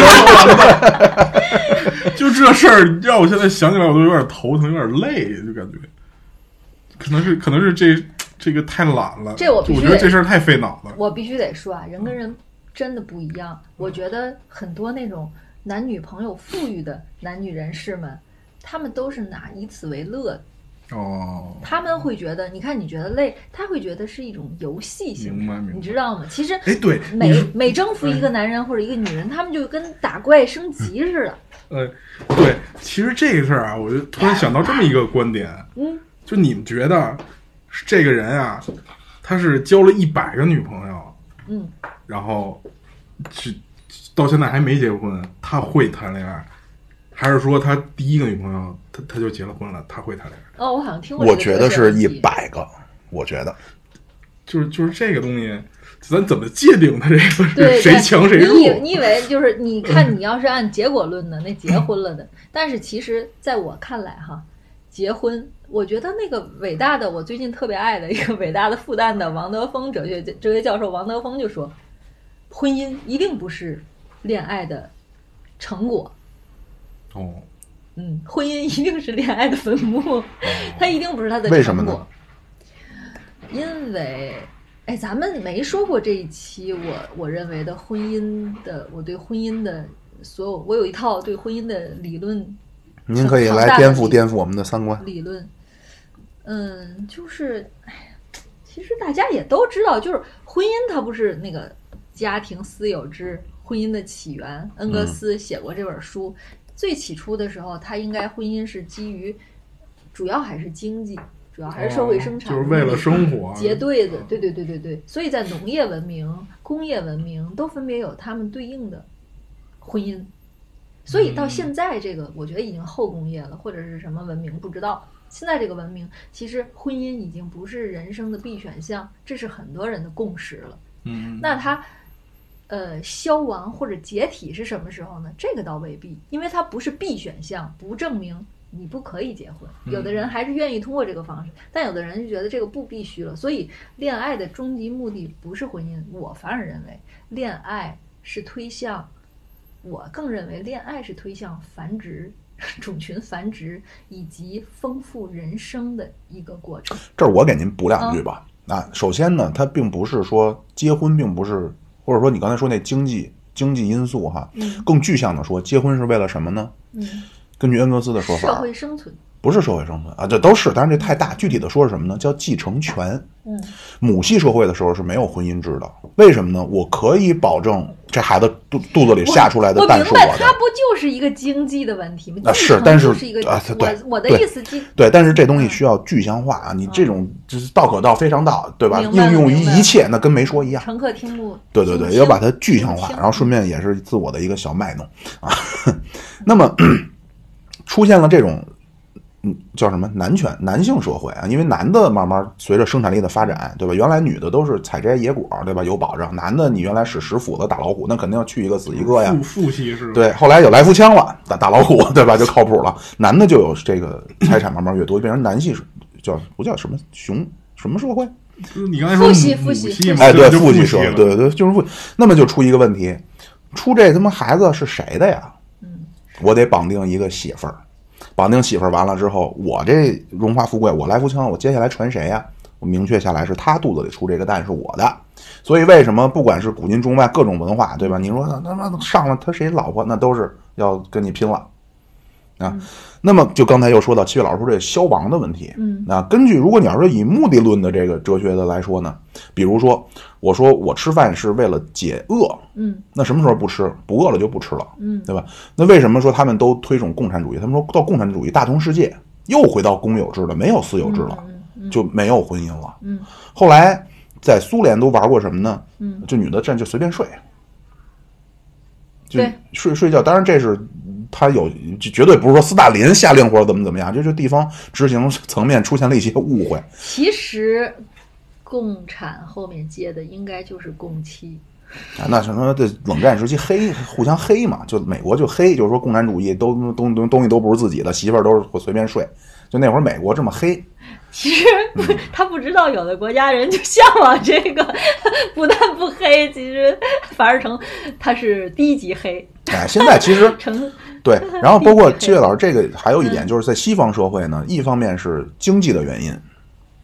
就这事儿让我现在想起来我都有点头疼，有点累，就感觉可能是这这个太懒了。 这我必须觉得这事儿太费脑子。 我必须得说啊，人跟人真的不一样。我觉得很多那种男女朋友富裕的男女人士们，他们都是以此为乐的。他们会觉得，你看你觉得累，他会觉得是一种游戏性，你知道吗？其实， 对， 每征服一个男人或者一个女人，他们就跟打怪升级似的。 对，其实这个事儿啊，我就突然想到这么一个观点，就你们觉得这个人啊，他是交了100个女朋友，然后到现在还没结婚，他会谈恋爱？还是说他第一个女朋友他就结了婚了，他会谈恋爱？ 我好像听过这个。 我觉得是100个，我觉得就是这个东西，咱怎么界定他这个对谁强谁弱？ 你以为就是你看你要是按结果论的，那结婚了的，但是其实在我看来哈，结婚，我觉得那个伟大的，我最近特别爱的一个伟大的复旦的王德峰哲学教授王德峰就说，婚姻一定不是恋爱的成果。婚姻一定是恋爱的坟墓，它一定不是它的成果。 为什么呢？ 因为，咱们没说过这一期我认为的婚姻的，我对婚姻的所有，我有一套对婚姻的理论。 您可以来颠覆我们的三观。 理论，就是，其实大家也都知道，就是婚姻它不是那个家庭私有制，婚姻的起源，恩格斯写过这本书。最起初的时候，他应该婚姻是基于，主要还是经济，主要还是社会生产， 就是为了生活结对子，对。所以在农业文明、工业文明都分别有他们对应的婚姻。所以到现在这个，我觉得已经后工业了，或者是什么文明不知道。现在这个文明，其实婚姻已经不是人生的必选项，这是很多人的共识了。那他。消亡或者解体是什么时候呢？这个倒未必，因为它不是必选项，不证明你不可以结婚。有的人还是愿意通过这个方式，但有的人就觉得这个不必须了。所以，恋爱的终极目的不是婚姻，我反而认为恋爱是推向，我更认为恋爱是推向繁殖、种群繁殖以及丰富人生的一个过程。 这儿我给您补两句吧。首先呢，它并不是说结婚并不是。或者说你刚才说那经济因素哈，更具象的说，结婚是为了什么呢？根据恩格斯的说法， 社会生存不是社会生存啊，这都是，当然这太大。具体的说是什么呢？叫继承权。母系社会的时候是没有婚姻制的，为什么呢？我可以保证这孩子肚子里下出来的蛋是我的。 我明白，它不就是一个经济的问题吗？ 是，但是一个对， 我的意思对，但是这东西需要具象化啊！你这种就是道可道非常道，对吧？应用于一切，那跟没说一样。 乘客听不？ 对，要把它具象化，然后顺便也是自我的一个小卖弄啊。那么出现了这种。叫什么男性社会啊？因为男的慢慢随着生产力的发展，对吧？原来女的都是采摘野果，对吧？有保障。男的你原来使石斧子打老虎，那肯定要去一个死一个呀。 父系是吧？ 对，后来有来福枪了，打老虎，对吧？就靠谱了。男的就有这个财产慢慢越多，变成男系不叫什么什么社会？ 你刚才说父系嘛？ 对，父系社会，对，就是父。那么就出一个问题，出这他妈孩子是谁的呀？我得绑定一个媳妇儿。绑定媳妇儿完了之后，我这荣华富贵，我来福枪，我接下来传谁呀？我明确下来是他肚子里出这个蛋是我的。所以为什么不管是古今中外各种文化，对吧？你说他妈上了他谁老婆，那都是要跟你拼了啊。那么就刚才又说到七月老师说这个消亡的问题，根据如果你要是以目的论的这个哲学的来说呢，比如说我说我吃饭是为了解饿，那什么时候不吃？不饿了就不吃了，对吧？那为什么说他们都推崇共产主义？他们说到共产主义大同世界，又回到公有制了，没有私有制了，就没有婚姻了。后来在苏联都玩过什么呢？就女的站就随便睡，就睡觉。当然这是他有，绝对不是说斯大林下令或者怎么样，这地方执行层面出现了一些误会。 其实共产后面接的应该就是共妻啊，那什么的冷战时期互相黑嘛，就美国就黑，就是说共产主义东西都不是自己的，媳妇儿都是会随便睡，就那会儿美国这么黑。 其实他不知道有的国家人就向往这个，不但不黑，其实反而成他是低级黑。 现在其实对，然后包括七月老师这个还有一点就是在西方社会呢，一方面是经济的原因，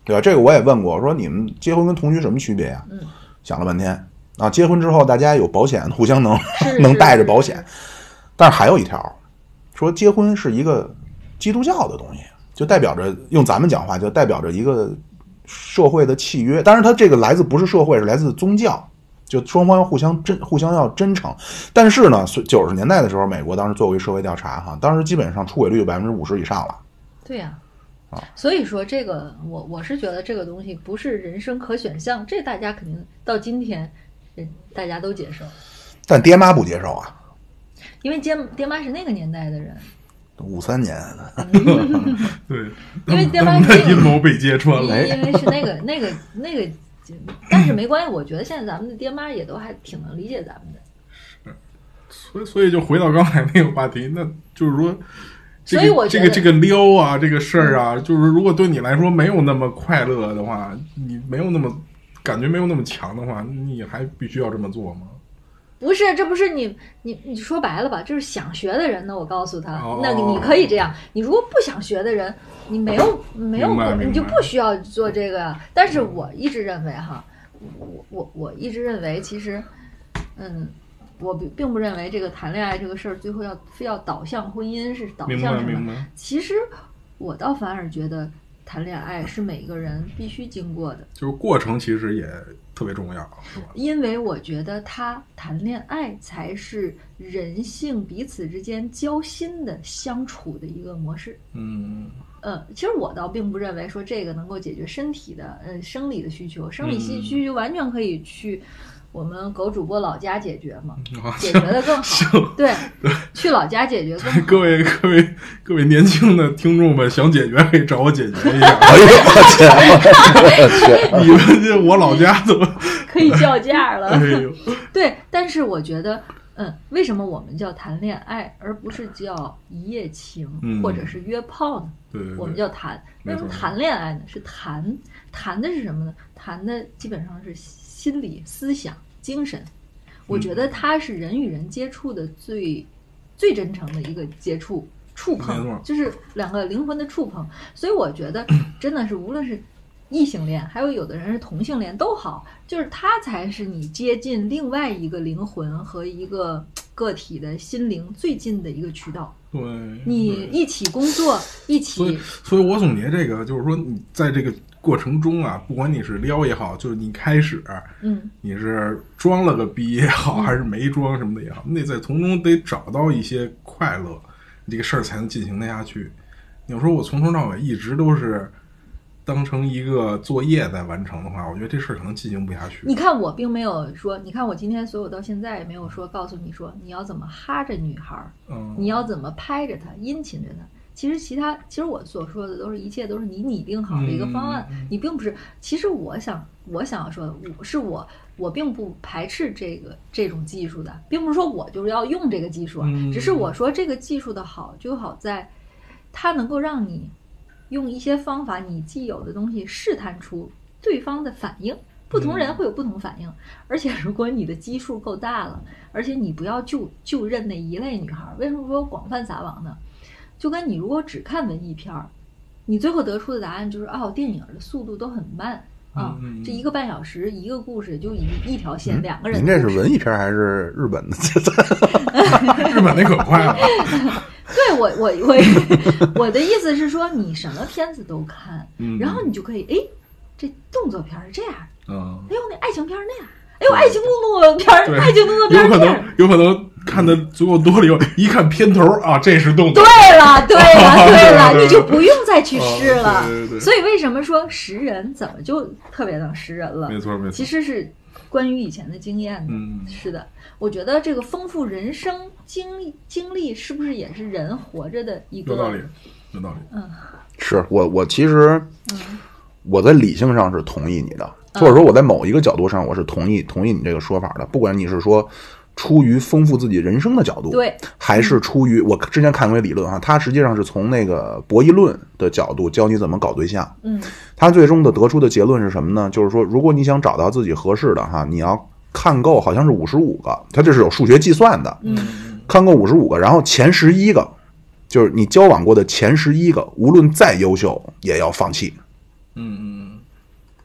对吧？这个我也问过，说你们结婚跟同居什么区别呀？想了半天啊，结婚之后大家有保险，互相能带着保险，但是还有一条，说结婚是一个基督教的东西，就代表着用咱们讲话就代表着一个社会的契约，当然它这个来自不是社会，是来自宗教，就双方要互相要真诚。但是呢，90年代的时候，美国当时做过一社会调查哈，当时基本上出轨率有50%以上了。 对呀。所以说这个我是觉得这个东西不是人生可选项，这大家肯定到今天大家都接受， 但爹妈不接受啊， 因为爹妈是那个年代的人 ，53年对， 因为爹妈是阴谋被揭穿了， 因为是那个，但是没关系，我觉得现在咱们的爹妈也都还挺能理解咱们的。所以就回到刚才那个话题，那就是说。 所以我觉得这个撩啊，这个事儿啊，就是如果对你来说没有那么快乐的话，你没有那么感觉没有那么强的话，你还必须要这么做吗？ 不是，这不是你说白了吧？就是想学的人呢，我告诉他，那你可以这样。你如果不想学的人，你没有，你就不需要做这个呀。但是我一直认为哈，我一直认为，其实，我并不认为这个谈恋爱这个事儿最后非要导向婚姻是导向什么。其实我倒反而觉得谈恋爱是每个人必须经过的， 就是过程其实也特别重要，是吧？ 因为我觉得谈恋爱才是人性彼此之间交心的相处的一个模式。其实我倒并不认为说这个能够解决身体的生理的需求，生理需求完全可以去我们狗主播老家解决嘛，解决的更好。对，去老家解决更好。 各位年轻的听众们，想解决可以找我解决一下。 哎呦我去！ 你们这我老家怎么可以叫价了？ 哎呦， 对，但是我觉得，为什么我们叫谈恋爱，而不是叫一夜情，或者是约炮呢？ 对， 我们叫谈。为什么谈恋爱呢？是谈的是什么呢？谈的基本上是心理、思想、精神。我觉得它是人与人接触的最真诚的一个接触、触碰，就是两个灵魂的触碰。所以我觉得真的是无论是异性恋，还有的人是同性恋都好，就是它才是你接近另外一个灵魂和一个个体的心灵最近的一个渠道。 对， 你一起工作，一起。 所以我总结这个就是说，你在这个过程中啊，不管你是撩也好，就是你开始，你是装了个逼也好，还是没装什么的也好，你得在从中得找到一些快乐，这个事儿才能进行得下去。你要说我从头到尾一直都是当成一个作业在完成的话，我觉得这事儿可能进行不下去。你看我并没有说，你看我今天所有到现在也没有说告诉你说你要怎么哈着女孩，你要怎么拍着她殷勤着她。其实我所说的一切都是你拟定好的一个方案，你并不是。其实我想要说的是我并不排斥这种技术的，并不是说我就是要用这个技术啊，只是我说这个技术的好就好在它能够让你用一些方法，你既有的东西试探出对方的反应。不同人会有不同反应，而且如果你的基数够大了，而且你不要就认那一类女孩。为什么说广泛撒网呢？就跟你如果只看文艺片，你最后得出的答案就是电影的速度都很慢啊，这1个半小时一个故事就一条线，两个人。 您这是文艺片还是日本的？ 日本那可快了。 对，我的意思是说，你什么片子都看，然后你就可以这动作片是这样，哎呦那爱情片那样，哎呦爱情动作片有可能看的足够多了以后，一看片头啊，这是动作。 对了，你就不用再去试了。 对。 所以为什么说识人怎么就特别能识人了？ 没错。 其实是关于以前的经验的。是的，我觉得这个丰富人生经历是不是也是人活着的一个？ 有道理。 是我其实我在理性上是同意你的，或者说我在某一个角度上我是同意你这个说法的。不管你是说出于丰富自己人生的角度， 对， 还是出于我之前看过一个理论哈，它实际上是从那个博弈论的角度教你怎么搞对象。它最终得出的结论是什么呢？就是说，如果你想找到自己合适的哈，你要看够好像是55个，它这是有数学计算的。看够55个，然后前11个，就是你交往过的前11个，无论再优秀也要放弃。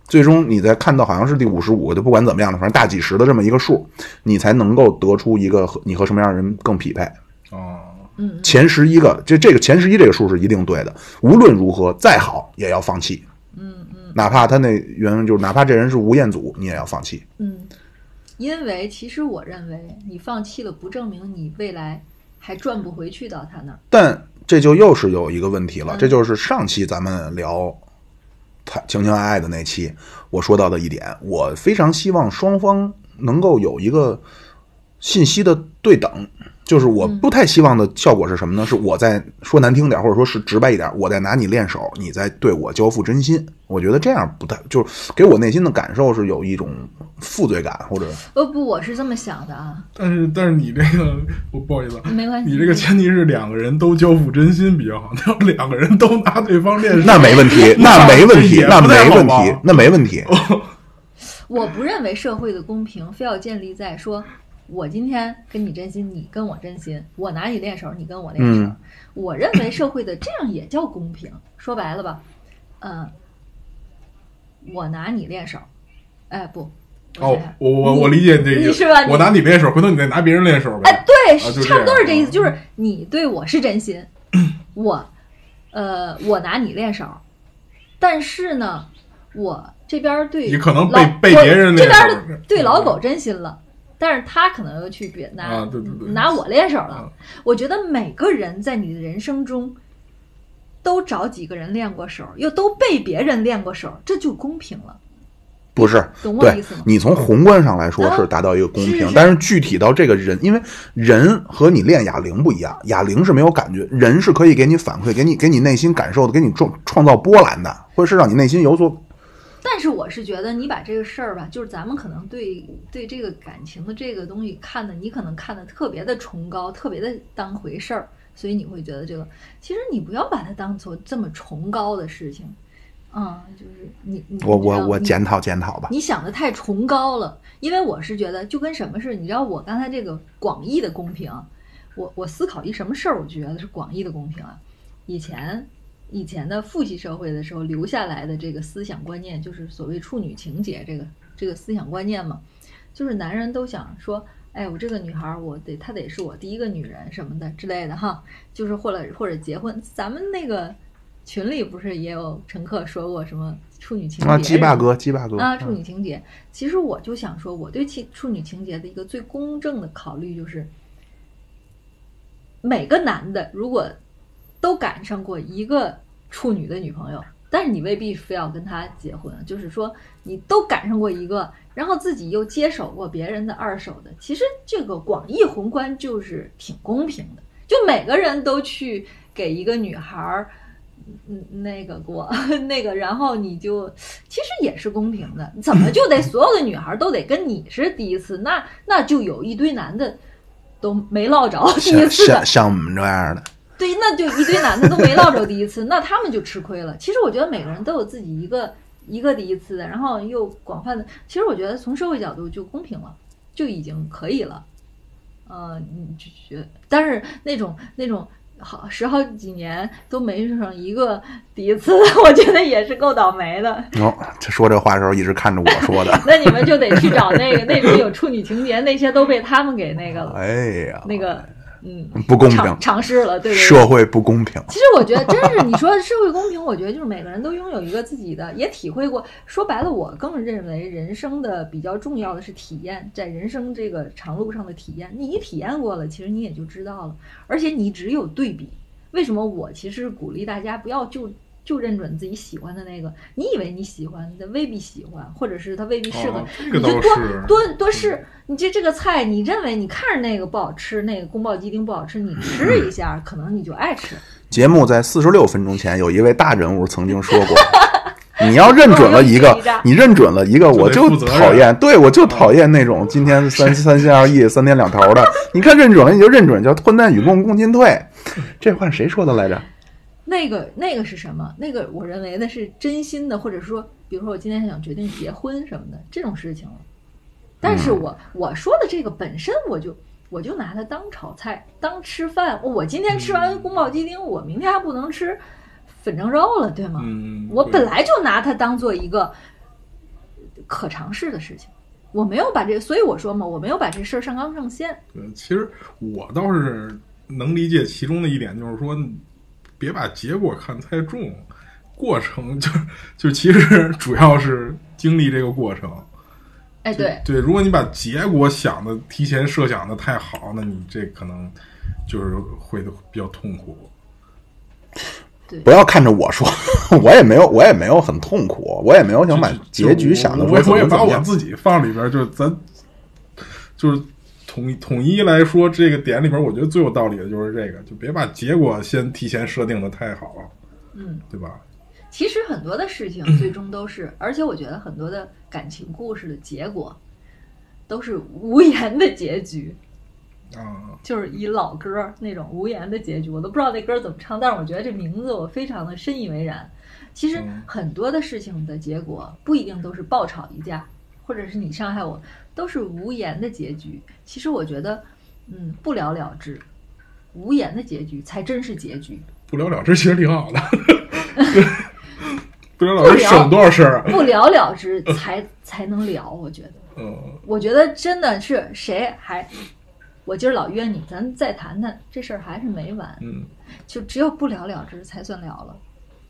最终你再看到好像是第55个，就不管怎么样的，反正大几十的这么一个数，你才能够得出一个你和什么样的人更匹配。 哦， 前11个，这个前11这个数是一定对的，无论如何再好也要放弃。哪怕他那原就是哪怕这人是吴彦祖，你也要放弃。 因为其实我认为你放弃了，不证明你未来还转不回去到他那儿。 但这就又是有一个问题了，这就是上期咱们聊情情爱爱的那期我说到的一点，我非常希望双方能够有一个信息的对等。就是我不太希望的效果是什么呢？是我在说难听点，或者说是直白一点，我在拿你练手，你在对我交付真心。我觉得这样不太，就是给我内心的感受是有一种负罪感，或者不，我是这么想的啊。 但是你这个，我不好意思， 没关系。 你这个前提是两个人都交付真心比较好，要两个人都拿对方练手， 那没问题，那没问题，那没问题，那没问题。 我不认为社会的公平非要建立在说。我今天跟你真心，你跟我真心，我拿你练手，你跟我练手。我认为社会的这样也叫公平。说白了吧，我拿你练手，不， 我理解你这个意思， 是吧？ 我拿你练手，回头你再拿别人练手呗。 哎，对，差不多是这意思，就是你对我是真心，我拿你练手，但是呢，我这边对你可能被别人练手， 这边对老狗真心了。但是他可能又去拿我练手了。我觉得每个人在你的人生中都找几个人练过手，又都被别人练过手，这就公平了。 不是， 懂我意思吗？ 你从宏观上来说是达到一个公平，但是具体到这个人，因为人和你练哑铃不一样，哑铃是没有感觉，人是可以给你反馈，给你内心感受的，给你创造波澜的，或者是让你内心有所。 但是我是觉得你把这个事儿吧，就是咱们可能对这个感情的这个东西看的，你可能看的特别的崇高，特别的当回事儿，所以你会觉得这个，其实你不要把它当做这么崇高的事情，就是你我检讨吧。 你想的太崇高了，因为我是觉得就跟什么事，你知道我刚才这个广义的公平，我思考一什么事儿，我觉得是广义的公平啊，以前的父系社会的时候留下来的这个思想观念，就是所谓处女情节这个思想观念嘛，就是男人都想说，哎，我这个女孩她得是我第一个女人什么的之类的哈，就是或者结婚。咱们那个群里不是也有乘客说过什么处女情节鸡巴哥啊，处女情节。其实我就想说，我对处女情节的一个最公正的考虑就是，每个男的如果都赶上过一个处女的女朋友，但是你未必非要跟她结婚，就是说你都赶上过一个，然后自己又接手过别人的二手的，其实这个广义宏观就是挺公平的，就每个人都去给一个女孩那个过那个，然后你就其实也是公平的，怎么就得所有的女孩都得跟你是第一次？那就有一堆男的都没落着第一次的， 像我们这样的。 对，那就一堆男的都没落着第一次，那他们就吃亏了。其实我觉得每个人都有自己一个第一次的，然后又广泛的，其实我觉得从社会角度就公平了，就已经可以了。你就觉得，但是那种十好几年都没上一个第一次，我觉得也是够倒霉的。 说这话的时候一直看着我说的。 那你们就得去找那种有处女情节，那些都被他们给那个了。 哎呀， 那个。 不公平， 尝试了，对， 社会不公平。 其实我觉得，真是你说社会公平，我觉得就是每个人都拥有一个自己的，也体会过。说白了，我更认为人生的比较重要的是体验，在人生这个长路上的体验。你体验过了，其实你也就知道了。而且你只有对比。为什么我其实鼓励大家不要就认准自己喜欢的那个，你以为你喜欢，他未必喜欢，或者是他未必适合， 你就多试。你这个菜，你认为你看着那个不好吃，那个宫保鸡丁不好吃，你吃一下，可能你就爱吃。 节目在46分钟前，有一位大人物曾经说过，你要认准了一个，你认准了一个，我就讨厌，对我就讨厌那种今天三心二意、三天两头的。你看认准了，你就认准，叫混蛋与共进退。这话谁说的来着？ 那个是什么？那个我认为的是真心的，或者说，比如说我今天想决定结婚什么的这种事情了。但是我说的这个本身，我就拿它当炒菜，当吃饭。我今天吃完宫保鸡丁，我明天还不能吃粉蒸肉了，对吗？我本来就拿它当做一个可尝试的事情。我没有把这，所以我说嘛，我没有把这事儿上纲上线。 对，其实我倒是能理解其中的一点，就是说，别把结果看太重，过程就其实主要是经历这个过程。 哎，对对，如果你把结果想的提前设想的太好，那你这可能就是会比较痛苦。 对， 不要看着我说，我也没有很痛苦，我也没有想把结局想的说我也把我自己放里边，就是咱就是统一来说，这个点里边，我觉得最有道理的就是这个，就别把结果先提前设定的太好，对吧？ 其实很多的事情最终都是，而且我觉得很多的感情故事的结果都是无言的结局。就是以老歌那种无言的结局，我都不知道那歌怎么唱，但是我觉得这名字我非常的深以为然。其实很多的事情的结果不一定都是爆吵一架，或者是你伤害我，都是无言的结局。其实我觉得不了了之，无言的结局才真是结局。 不了了之其实挺好的不了了之省多少事儿啊？ 不了了之才能聊，我觉得我觉得真的是谁还我今儿老约你，咱再谈谈这事儿，还是没完。就只有不了了之才算了了。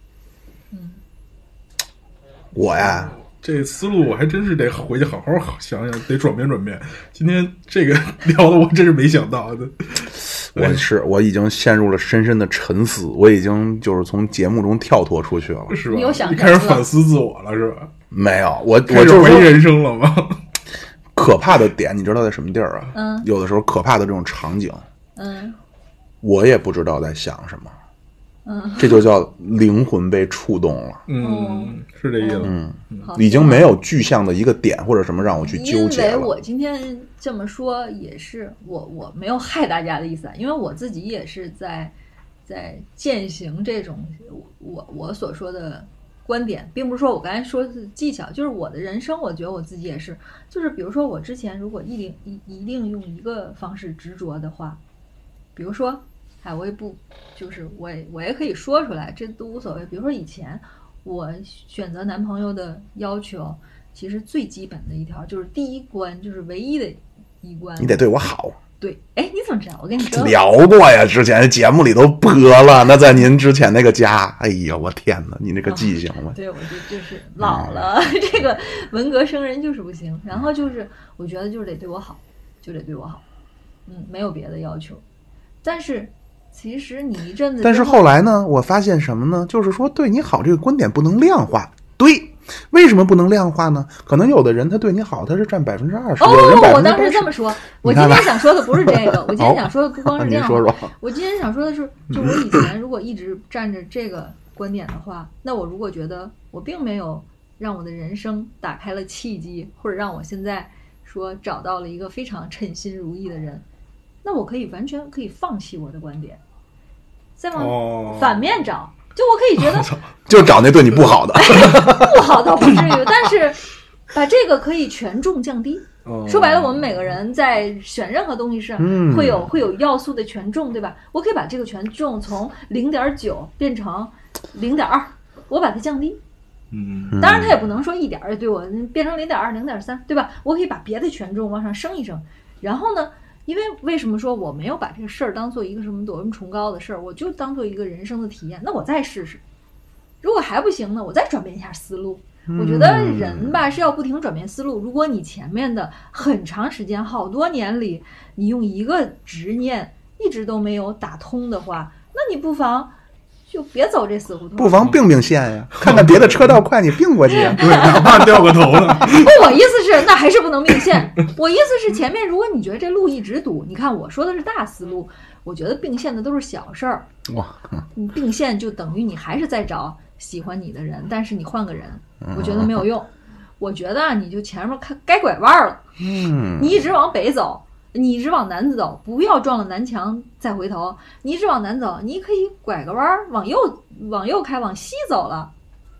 我呀， 这思路我还真是得回去好好想想，得转变转变。今天这个聊的我真是没想到的。 我已经陷入了深深的沉思，我已经就是从节目中跳脱出去了， 是吧？ 你有想开始反思自我了，是吧？ 没有，我就是怀疑人生了吗？ 可怕的点你知道在什么地儿啊？有的时候可怕的这种场景，我也不知道在想什么，这就叫灵魂被触动了。 是这意思。 已经没有具象的一个点或者什么让我去纠结了。 因为我今天这么说也是我没有害大家的意思，因为我自己也是在践行这种我所说的观点，并不是说我刚才说的技巧，就是我的人生，我觉得我自己也是，就是比如说我之前如果一定用一个方式执着的话，比如说，我也不，就是我也可以说出来，这都无所谓。比如说以前我选择男朋友的要求，其实最基本的一条就是第一关，就是唯一的一关， 你得对我好。 对，哎，你怎么知道？我跟你说聊过呀，之前节目里都播了。那在您之前那个家，哎呀，我天哪，你那个记性了。 对，我就是老了，这个文革生人就是不行。然后就是我觉得就是得对我好，就得对我好，没有别的要求。但是其实你一阵子， 但是后来呢，我发现什么呢？就是说对你好这个观点不能量化。对。为什么不能量化呢？可能有的人他对你好，他是占20%，有人80%。 我当时这么说，我今天想说的不是这个，我今天想说的不光是这样。我今天想说的是，就我以前如果一直站着这个观点的话，那我如果觉得我并没有让我的人生打开了契机，或者让我现在说找到了一个非常称心如意的人，那我完全可以放弃我的观点，再往反面找。就我可以觉得， 就找那对你不好的， 不好倒不至于，但是把这个可以权重降低。说白了，我们每个人在选任何东西上，会有要素的权重，对吧？我可以把这个权重从0.9变成0.2，我把它降低。当然它也不能说一点对我变成0.2、0.3，对吧？我可以把别的权重往上升一升，然后呢？因为为什么说我没有把这个事儿当做一个什么多么崇高的事儿，我就当做一个人生的体验。那我再试试，如果还不行呢，我再转变一下思路。我觉得人吧是要不停转变思路。如果你前面的很长时间、好多年里，你用一个执念一直都没有打通的话，那你不妨就别走这死胡同， 不妨并线呀，看看别的车道快，你并过去， 对，哪怕掉个头呢。 不，我意思是，那还是不能并线。我意思是，前面如果你觉得这路一直堵，你看我说的是大思路，我觉得并线的都是小事儿。你并线就等于你还是在找喜欢你的人，但是你换个人，我觉得没有用。我觉得你就前面看该拐弯了，你一直往北走。你一直往南走，不要撞了南墙再回头。你一直往南走，你可以拐个弯，往右开，往西走了，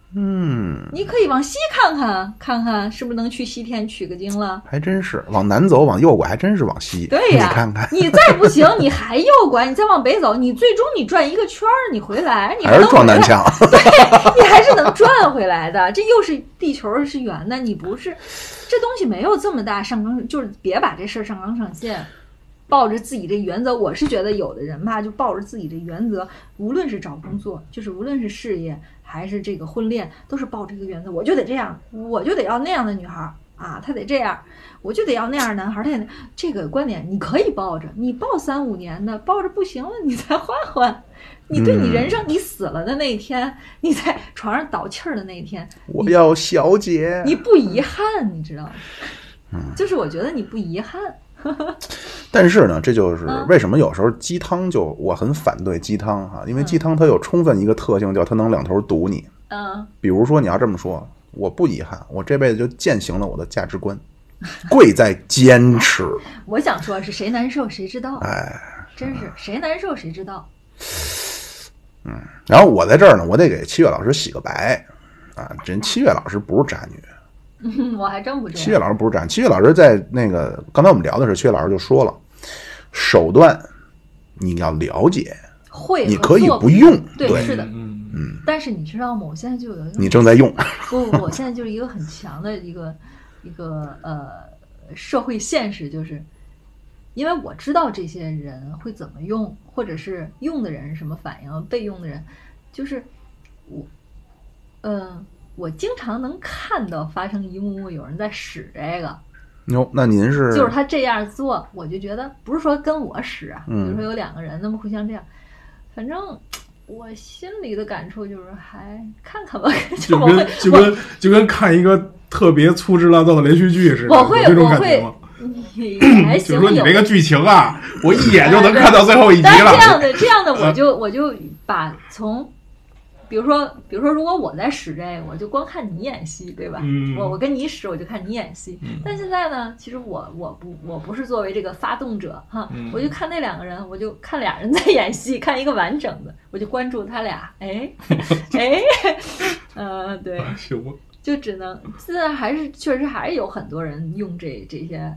你可以往西看看，看看是不是能去西天取个经了。 还真是往南走，往右拐，还真是往西。 对呀， 你看看， 你再不行，你还右拐，你再往北走，你最终你转一个圈儿，你回来，你还是撞南墙。 对，你还是能转回来的。这又是地球是圆的，你不是这东西没有这么大上纲，就是别把这事儿上纲上线。抱着自己这原则，我是觉得有的人吧，就抱着自己这原则，无论是找工作，就是无论是事业还是这个婚恋，都是抱着一个原则，我就得这样，我就得要那样的女孩啊，她得这样，我就得要那样的男孩，他得这个观点你可以抱着，你抱3、5年的，抱着不行了你再换换。你对你人生你死了的那一天，你在床上倒气儿的那一天， 我要小姐， 你不遗憾，你知道吗？就是我觉得你不遗憾。 但是呢，这就是为什么有时候鸡汤我很反对鸡汤哈，因为鸡汤它有充分一个特性，叫它能两头堵你。比如说你要这么说，我不遗憾，我这辈子就践行了我的价值观，贵在坚持。 我想说是谁难受谁知道，哎，真是谁难受谁知道。 然后我在这儿呢，我得给七月老师洗个白啊，人七月老师不是渣女。 我还真不知道。 七月老师不是这样，七月老师在那个刚才我们聊的时候，七月老师就说了，手段你要了解， 会你可以不用， 对，是的，但是你知道吗？我现在就有一个你正在用， 不，我现在就是一个很强的一个社会现实，就是因为我知道这些人会怎么用，或者是用的人是什么反应，被用的人，就是我经常能看到发生一幕有人在使这个。 那您是就是他这样做，我就觉得不是说跟我使啊，比如说有2个人那么互相这样，反正我心里的感触就是还看看吧， 就跟看一个特别粗制滥造的连续剧似的。 我会这种感觉吗？ 还行， 就是说你这个剧情啊，我一眼就能看到最后一集了。 这样的我就把从。比如说，如果我在使这个，我就光看你演戏，对吧？我跟你使，我就看你演戏。但现在呢，其实我不是作为这个发动者哈，我就看那2个人，我就看俩人在演戏，看一个完整的，我就关注他俩。对， 行吧， 就只能现在确实还是有很多人用这些，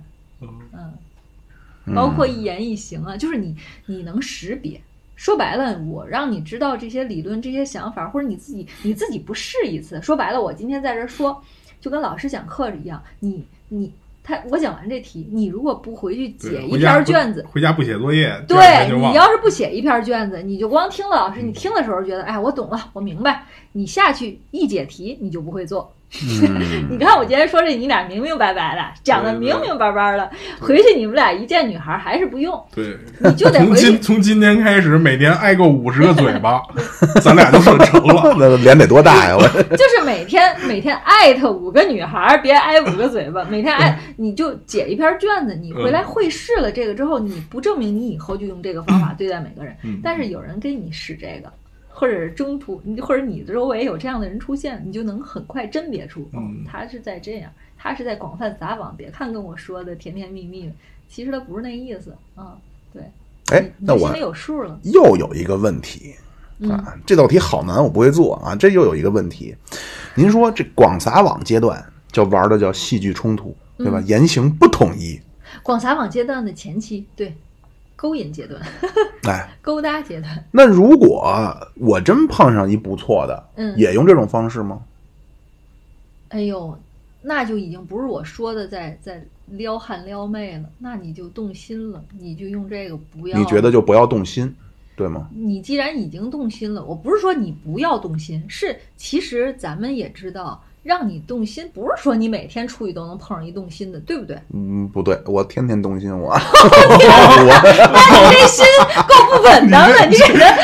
包括一言一行啊，就是你能识别。说白了，我让你知道这些理论、这些想法，或者你自己不试一次。说白了，我今天在这说，就跟老师讲课一样，我讲完这题，你如果不回去解一篇卷子， 回家不写作业， 对，你要是不写一篇卷子，你就光听了老师，你听的时候觉得，哎，我懂了，我明白，你下去一解题，你就不会做。你看我今天说这，你俩明明白白的，讲的明明白白的，回去你们俩一见女孩还是不用， 对， 你就得回去。 从今天开始，每天挨够50个嘴巴，咱俩就算成了。 那脸得多大呀？ 就是每天艾特5个女孩，别挨5个嘴巴。每天你就解一篇卷子，你回来会试了这个之后，你不证明你以后就用这个方法对待每个人，但是有人给你使这个。或者是中途，或者你的周围有这样的人出现，你就能很快甄别出，他是在这样，他是在广泛撒网。别看跟我说的甜甜蜜蜜的，其实他不是那意思啊。对， 那我心里有数了。 又有一个问题啊，这道题好难，我不会做啊。这又有一个问题，您说这广撒网阶段玩的叫戏剧冲突，对吧？言行不统一。 广撒网阶段的前期，对。勾引阶段，勾搭阶段。 那如果我真碰上一不错的，也用这种方式吗？ 哎呦，那就已经不是我说的在撩汉撩妹了，那你就动心了，你就用这个不要。 你觉得就不要动心，对吗？ 你既然已经动心了，我不是说你不要动心，是其实咱们也知道。让你动心，不是说你每天出去都能碰上一动心的，对不对？ 不对，我天天动心，我。 那你这心够不稳当的，你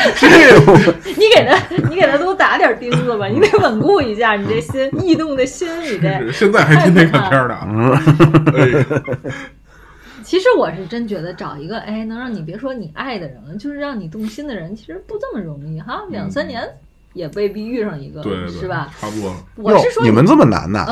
给他都打点钉子吧，你得稳固一下你这心异动的心，你这。 现在还天天看片的。 其实我是真觉得找一个能让你别说你爱的人了，就是让你动心的人，其实不这么容易哈，2、3年。也未必遇上一个， 对， 是吧？ 差不多。 我是说你们这么难呐？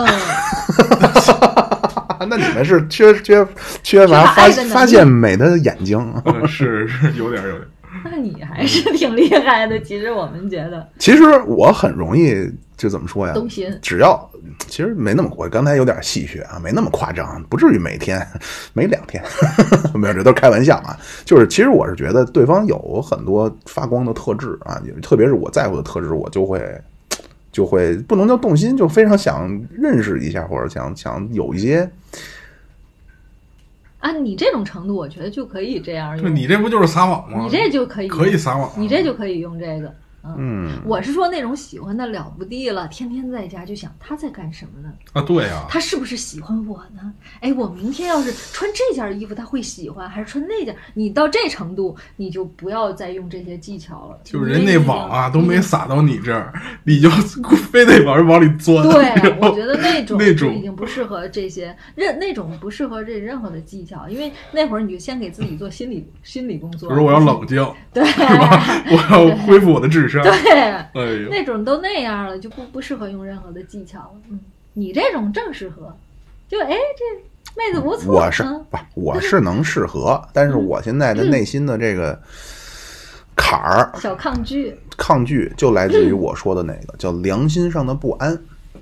那你们是缺乏发现美的眼睛。 是有点。 那你还是挺厉害的。其实我们觉得， 其实我很容易就怎么说呀？ 动心， 只要其实没那么，我刚才有点戏谑啊，没那么夸张，不至于每天、每2天，没有，这都是开玩笑啊。就是其实我是觉得对方有很多发光的特质啊，特别是我在乎的特质，我就会不能叫动心，就非常想认识一下，或者想有一些。 啊，你这种程度，我觉得就可以这样用。 你这不就是撒网吗？ 你这就可以撒网， 你这就可以用这个。我是说那种喜欢的了不地了，天天在家就想他在干什么呢？ 啊，对啊， 他是不是喜欢我呢？哎，我明天要是穿这件衣服，他会喜欢还是穿那件？你到这程度，你就不要再用这些技巧了。 就是人那网啊都没撒到你这儿，你就非得往里钻。 对，我觉得那种已经不适合这些那种不适合这任何的技巧，因为那会儿你就先给自己做心理工作。 比如我要冷静， 对， 是吧？我要恢复我的智商。 对，那种都那样了，就不适合用任何的技巧了。你这种正适合，就这妹子不错。 我是能适合，但是我现在的内心的这个坎儿， 小抗拒就来自于我说的那个叫良心上的不安。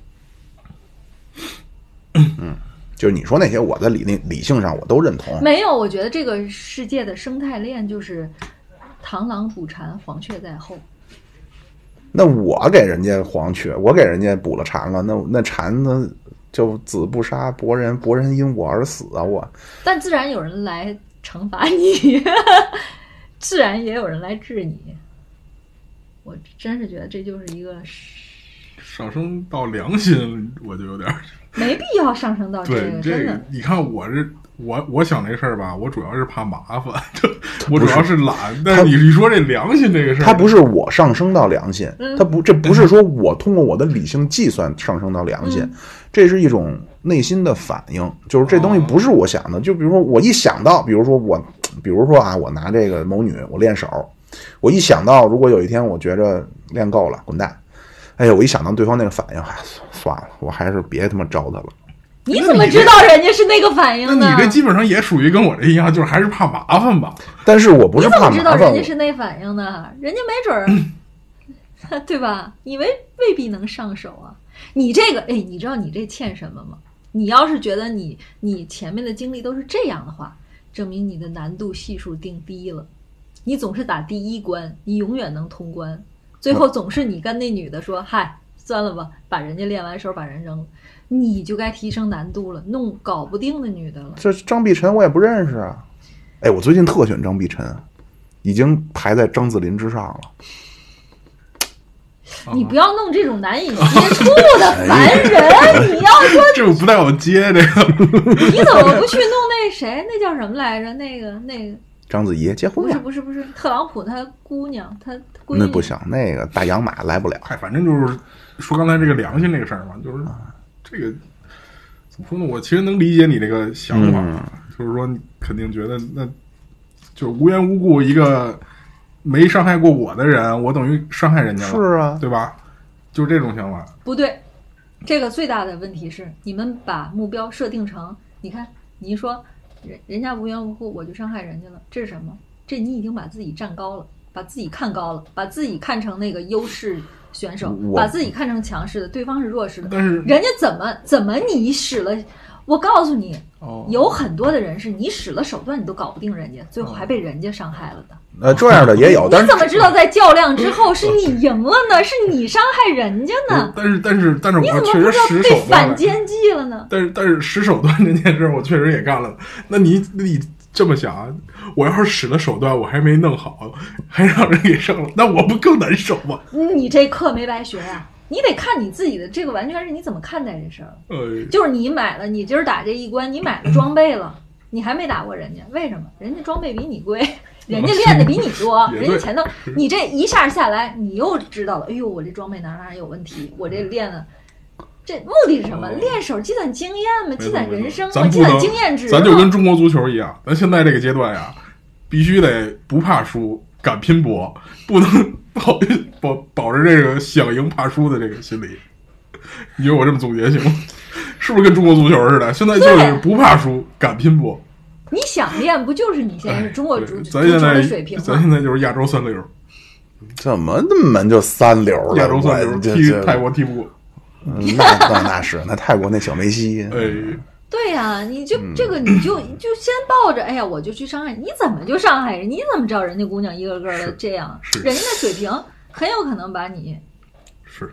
就是你说那些，我在理性上我都认同。 没有，我觉得这个世界的生态链就是螳螂捕蝉，黄雀在后。 那我给人家黄雀，我给人家捕了蝉了，那蝉呢就子不杀伯仁，伯仁因我而死啊！ 但自然有人来惩罚你，自然也有人来治你。我真是觉得这就是一个上升到良心，我就有点没必要上升到这个。真的， 你看我想这事儿吧，我主要是怕麻烦，我主要是懒。但是你说这良心这个事儿， 它不是我上升到良心，这不是说我通过我的理性计算上升到良心，这是一种内心的反应，就是这东西不是我想的。就比如说我一想到，比如说我拿这个某女我练手，我一想到如果有一天我觉着练够了滚蛋，哎呀，我一想到对方那个反应，算了，我还是别他妈招他了。 你怎么知道人家是那个反应呢？ 那你这基本上也属于跟我这一样，就是还是怕麻烦吧。 但是我不是怕麻烦。 你怎么知道人家是那反应呢？人家没准对吧？你未必能上手啊。你这个，你知道你这欠什么吗？你要是觉得你前面的经历都是这样的话，证明你的难度系数定低了。你总是打第一关，你永远能通关。最后总是你跟那女的说：“嗨，算了吧，把人家练完手把人扔了。”你就该提升难度了，搞不定的女的了。 这张碧晨我也不认识啊。我最近特选张碧晨，已经排在张子林之上了。 你不要弄这种难以接触的凡人。你要说这我不太好接这个。 你怎么不去弄那谁？那叫什么来着？那个章子怡结婚了？ 不是，特朗普他姑娘，他闺女。 那不行，那个大洋马来不了。 反正就是说刚才这个良心这个事儿嘛，就是这个怎么说呢？我其实能理解你这个想法，就是说你肯定觉得那就是无缘无故一个没伤害过我的人，我等于伤害人家了， 是啊， 对吧？就是这种想法。 不对，这个最大的问题是你们把目标设定成，你看你一说人家无缘无故我就伤害人家了，这是什么？这你已经把自己站高了，把自己看高了，把自己看成那个优势选手，把自己看成强势的，对方是弱势的。 但是人家怎么你使了？我告诉你，有很多的人是你使了手段你都搞不定人家，最后还被人家伤害了的。 这样的也有。 你怎么知道在较量之后是你赢了呢？是你伤害人家呢？ 但是我确实使手段， 被反间计了呢？ 但是使手段这件事我确实也干了。那你这么想啊？我要是使了手段，我还没弄好，还让人给胜了，那我不更难受吗？ 你这课没白学呀！你得看你自己的，这个完全是你怎么看待这事儿。就是你买了，你今儿打这一关，你买了装备了，你还没打过人家，为什么？人家装备比你贵，人家练的比你多，人家前头，你这一下下来，你又知道了，哎呦，我这装备哪有问题，我这练的。这目的是什么？练手积攒经验嘛，积攒人生嘛，积攒经验值。 咱就跟中国足球一样，咱现在这个阶段呀，必须得不怕输，敢拼搏，不能保着这个想赢怕输的这个心理。你觉得我这么总结行吗？是不是跟中国足球似的？现在就是不怕输，敢拼搏。 你想练，不就是你现在是中国足球的水平吗？ 咱现在就是亚洲三流。 怎么那么就三流了？ 亚洲三流，踢泰国踢不过。 那是那泰国那小梅西。 对呀，你就这个你就先抱着，哎呀，我就去伤害你，怎么就伤害人？你怎么知道人家姑娘一个个的这样？人家的水平很有可能把你是。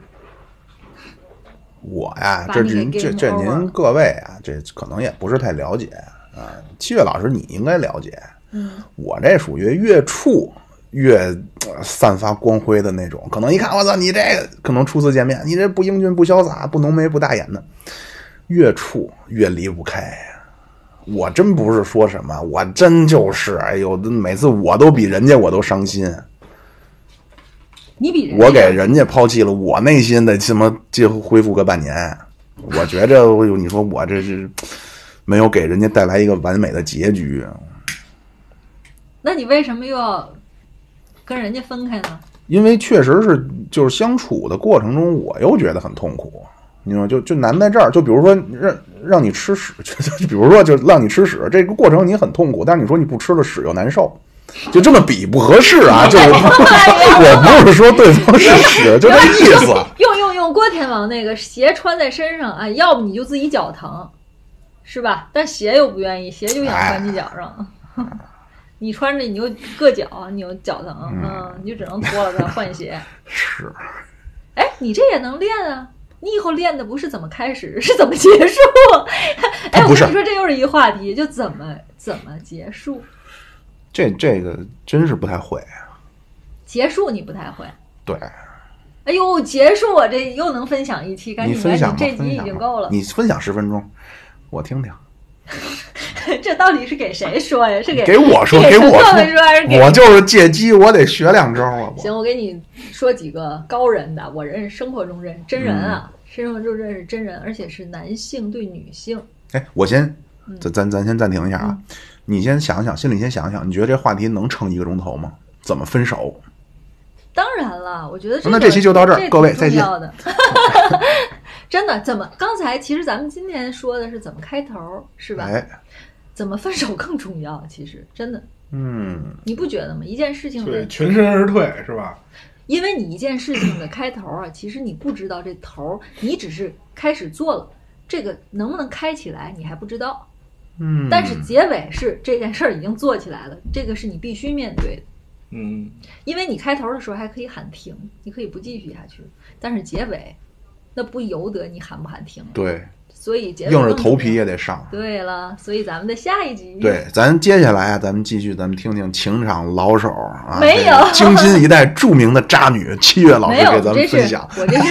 我呀，这您各位啊，这可能也不是太了解啊。七月老师，你应该了解。我这属于越处越散发光辉的那种。可能一看，我操，你这个可能初次见面，你这不英俊不潇洒不浓眉不大眼的。越处越离不开，我真不是说什么，我真就是，哎呦，每次我都比人家我都伤心。 你比人家， 我给人家抛弃了，我内心的什么就恢复个半年。我觉着，你说我这是没有给人家带来一个完美的结局。 那你为什么又要跟人家分开呢？ 因为确实是就是相处的过程中，我又觉得很痛苦。你说就难在这儿，就比如说让你吃屎，就比如说就让你吃屎，这个过程你很痛苦，但是你说你不吃了屎又难受，就这么比不合适啊！就我不是说对方是屎，就这意思。 用郭天王那个鞋穿在身上啊，要不你就自己脚疼，是吧？但鞋又不愿意，鞋就想穿你脚上。你穿着你又硌脚，你又脚疼，你就只能脱了它换鞋。 是。 哎，你这也能练啊！你以后练的不是怎么开始，是怎么结束。哎，我跟你说，这又是一个话题，就怎么结束。 这个真是不太会。 结束你不太会。 对。 哎呦，结束我这又能分享一期，赶紧分享， 这集已经够了。 你分享10分钟，我听听。 这到底是给谁说呀？是给我说，给我说， 还是给我就是借机，我得学2招啊！ 行，我给你说几个高人的，我认识，生活中认识真人啊，生活中认识真人，而且是男性对女性。 哎，我先，咱先暂停一下啊！你先想想，心里先想想，你觉得这话题能撑1个钟头吗？怎么分手？ 当然了，我觉得那这期就到这儿，各位再见。 真的，怎么？刚才其实咱们今天说的是怎么开头，是吧？ 哎， 怎么分手更重要？其实真的，你不觉得吗？一件事情对全身而退是吧？ 因为你一件事情的开头啊，其实你不知道这头，你只是开始做了，这个能不能开起来你还不知道。但是结尾是这件事儿已经做起来了，这个是你必须面对的。因为你开头的时候还可以喊停，你可以不继续下去，但是结尾那不由得你喊不喊停。 对， 所以结尾硬着头皮也得上。 对了，所以咱们的下一集， 对，咱接下来啊，咱们继续，咱们听听情场老手啊， 没有京津一带著名的渣女七月老师给咱们分享。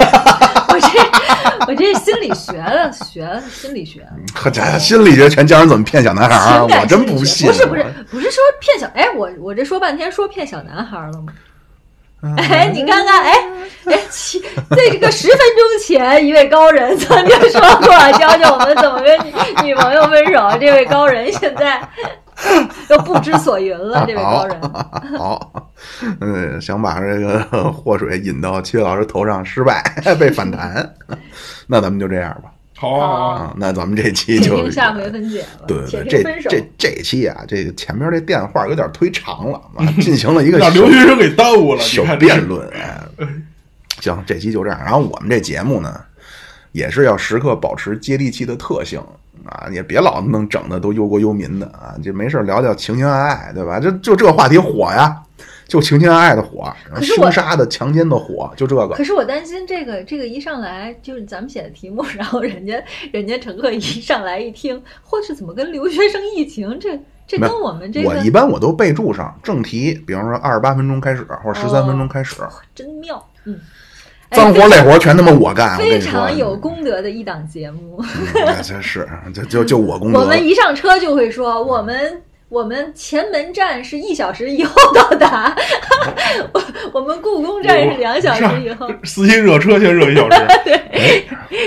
我这是心理学的，学心理学。 这心理学全教人怎么骗小男孩，我真不信。 不是说骗小，哎，我这说半天说骗小男孩了吗？哎，你看看，在这个10分钟前，一位高人曾经说过，教教我们怎么跟女朋友分手。这位高人现在又不知所云了。这位高人， 好，想把这个祸水引到七月老师头上，失败被反弹，那咱们就这样吧。 好啊， 那咱们这期就下回分解了。 对，这期啊，这个前面这电话有点忒长了，进行了一个让留学生给耽误了小辩论。行，这期就这样。然后我们这节目呢，也是要时刻保持接地气的特性啊，也别老能整的都忧国忧民的啊，就没事聊聊情情爱爱，对吧？就这话题火呀。就情情爱爱的火，凶杀的、强奸的火，就这个。 可是我担心这个一上来就是咱们写的题目，然后人家乘客一上来一听，或是怎么跟留学生疫情，这跟我们这个， 我一般我都备注上正题，比方说28分钟开始，或者13分钟开始， 真妙， 脏活累活全他妈我干， 非常有功德的一档节目。 这是就我功德。 我们一上车就会说我们前门站是1小时以后到达，我们故宫站是2小时以后。 司机热车先热1小时。 对，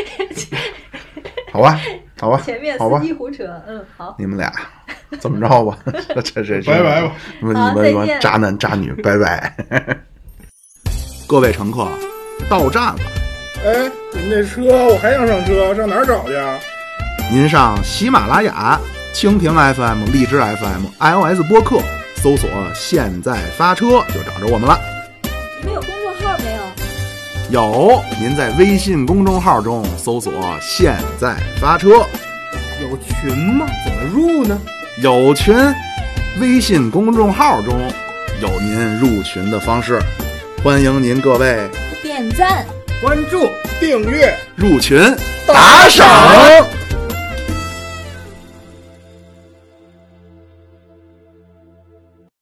好吧， 前面司机胡扯，好。 你们俩怎么着吧？这拜拜吧！ 你们渣男渣女拜拜。各位乘客，到站了。 哎，你们这车我还想上车，上哪儿找去啊？ 您上喜马拉雅、蜻蜓 FM、荔枝 FM、iOS 播客搜索现在发车就找着我们了。 有，您在微信公众号中搜索“现在发车”。 有群吗？怎么入呢？ 有群，微信公众号中有您入群的方式，欢迎您各位点赞、 关注、订阅、 入群、打赏。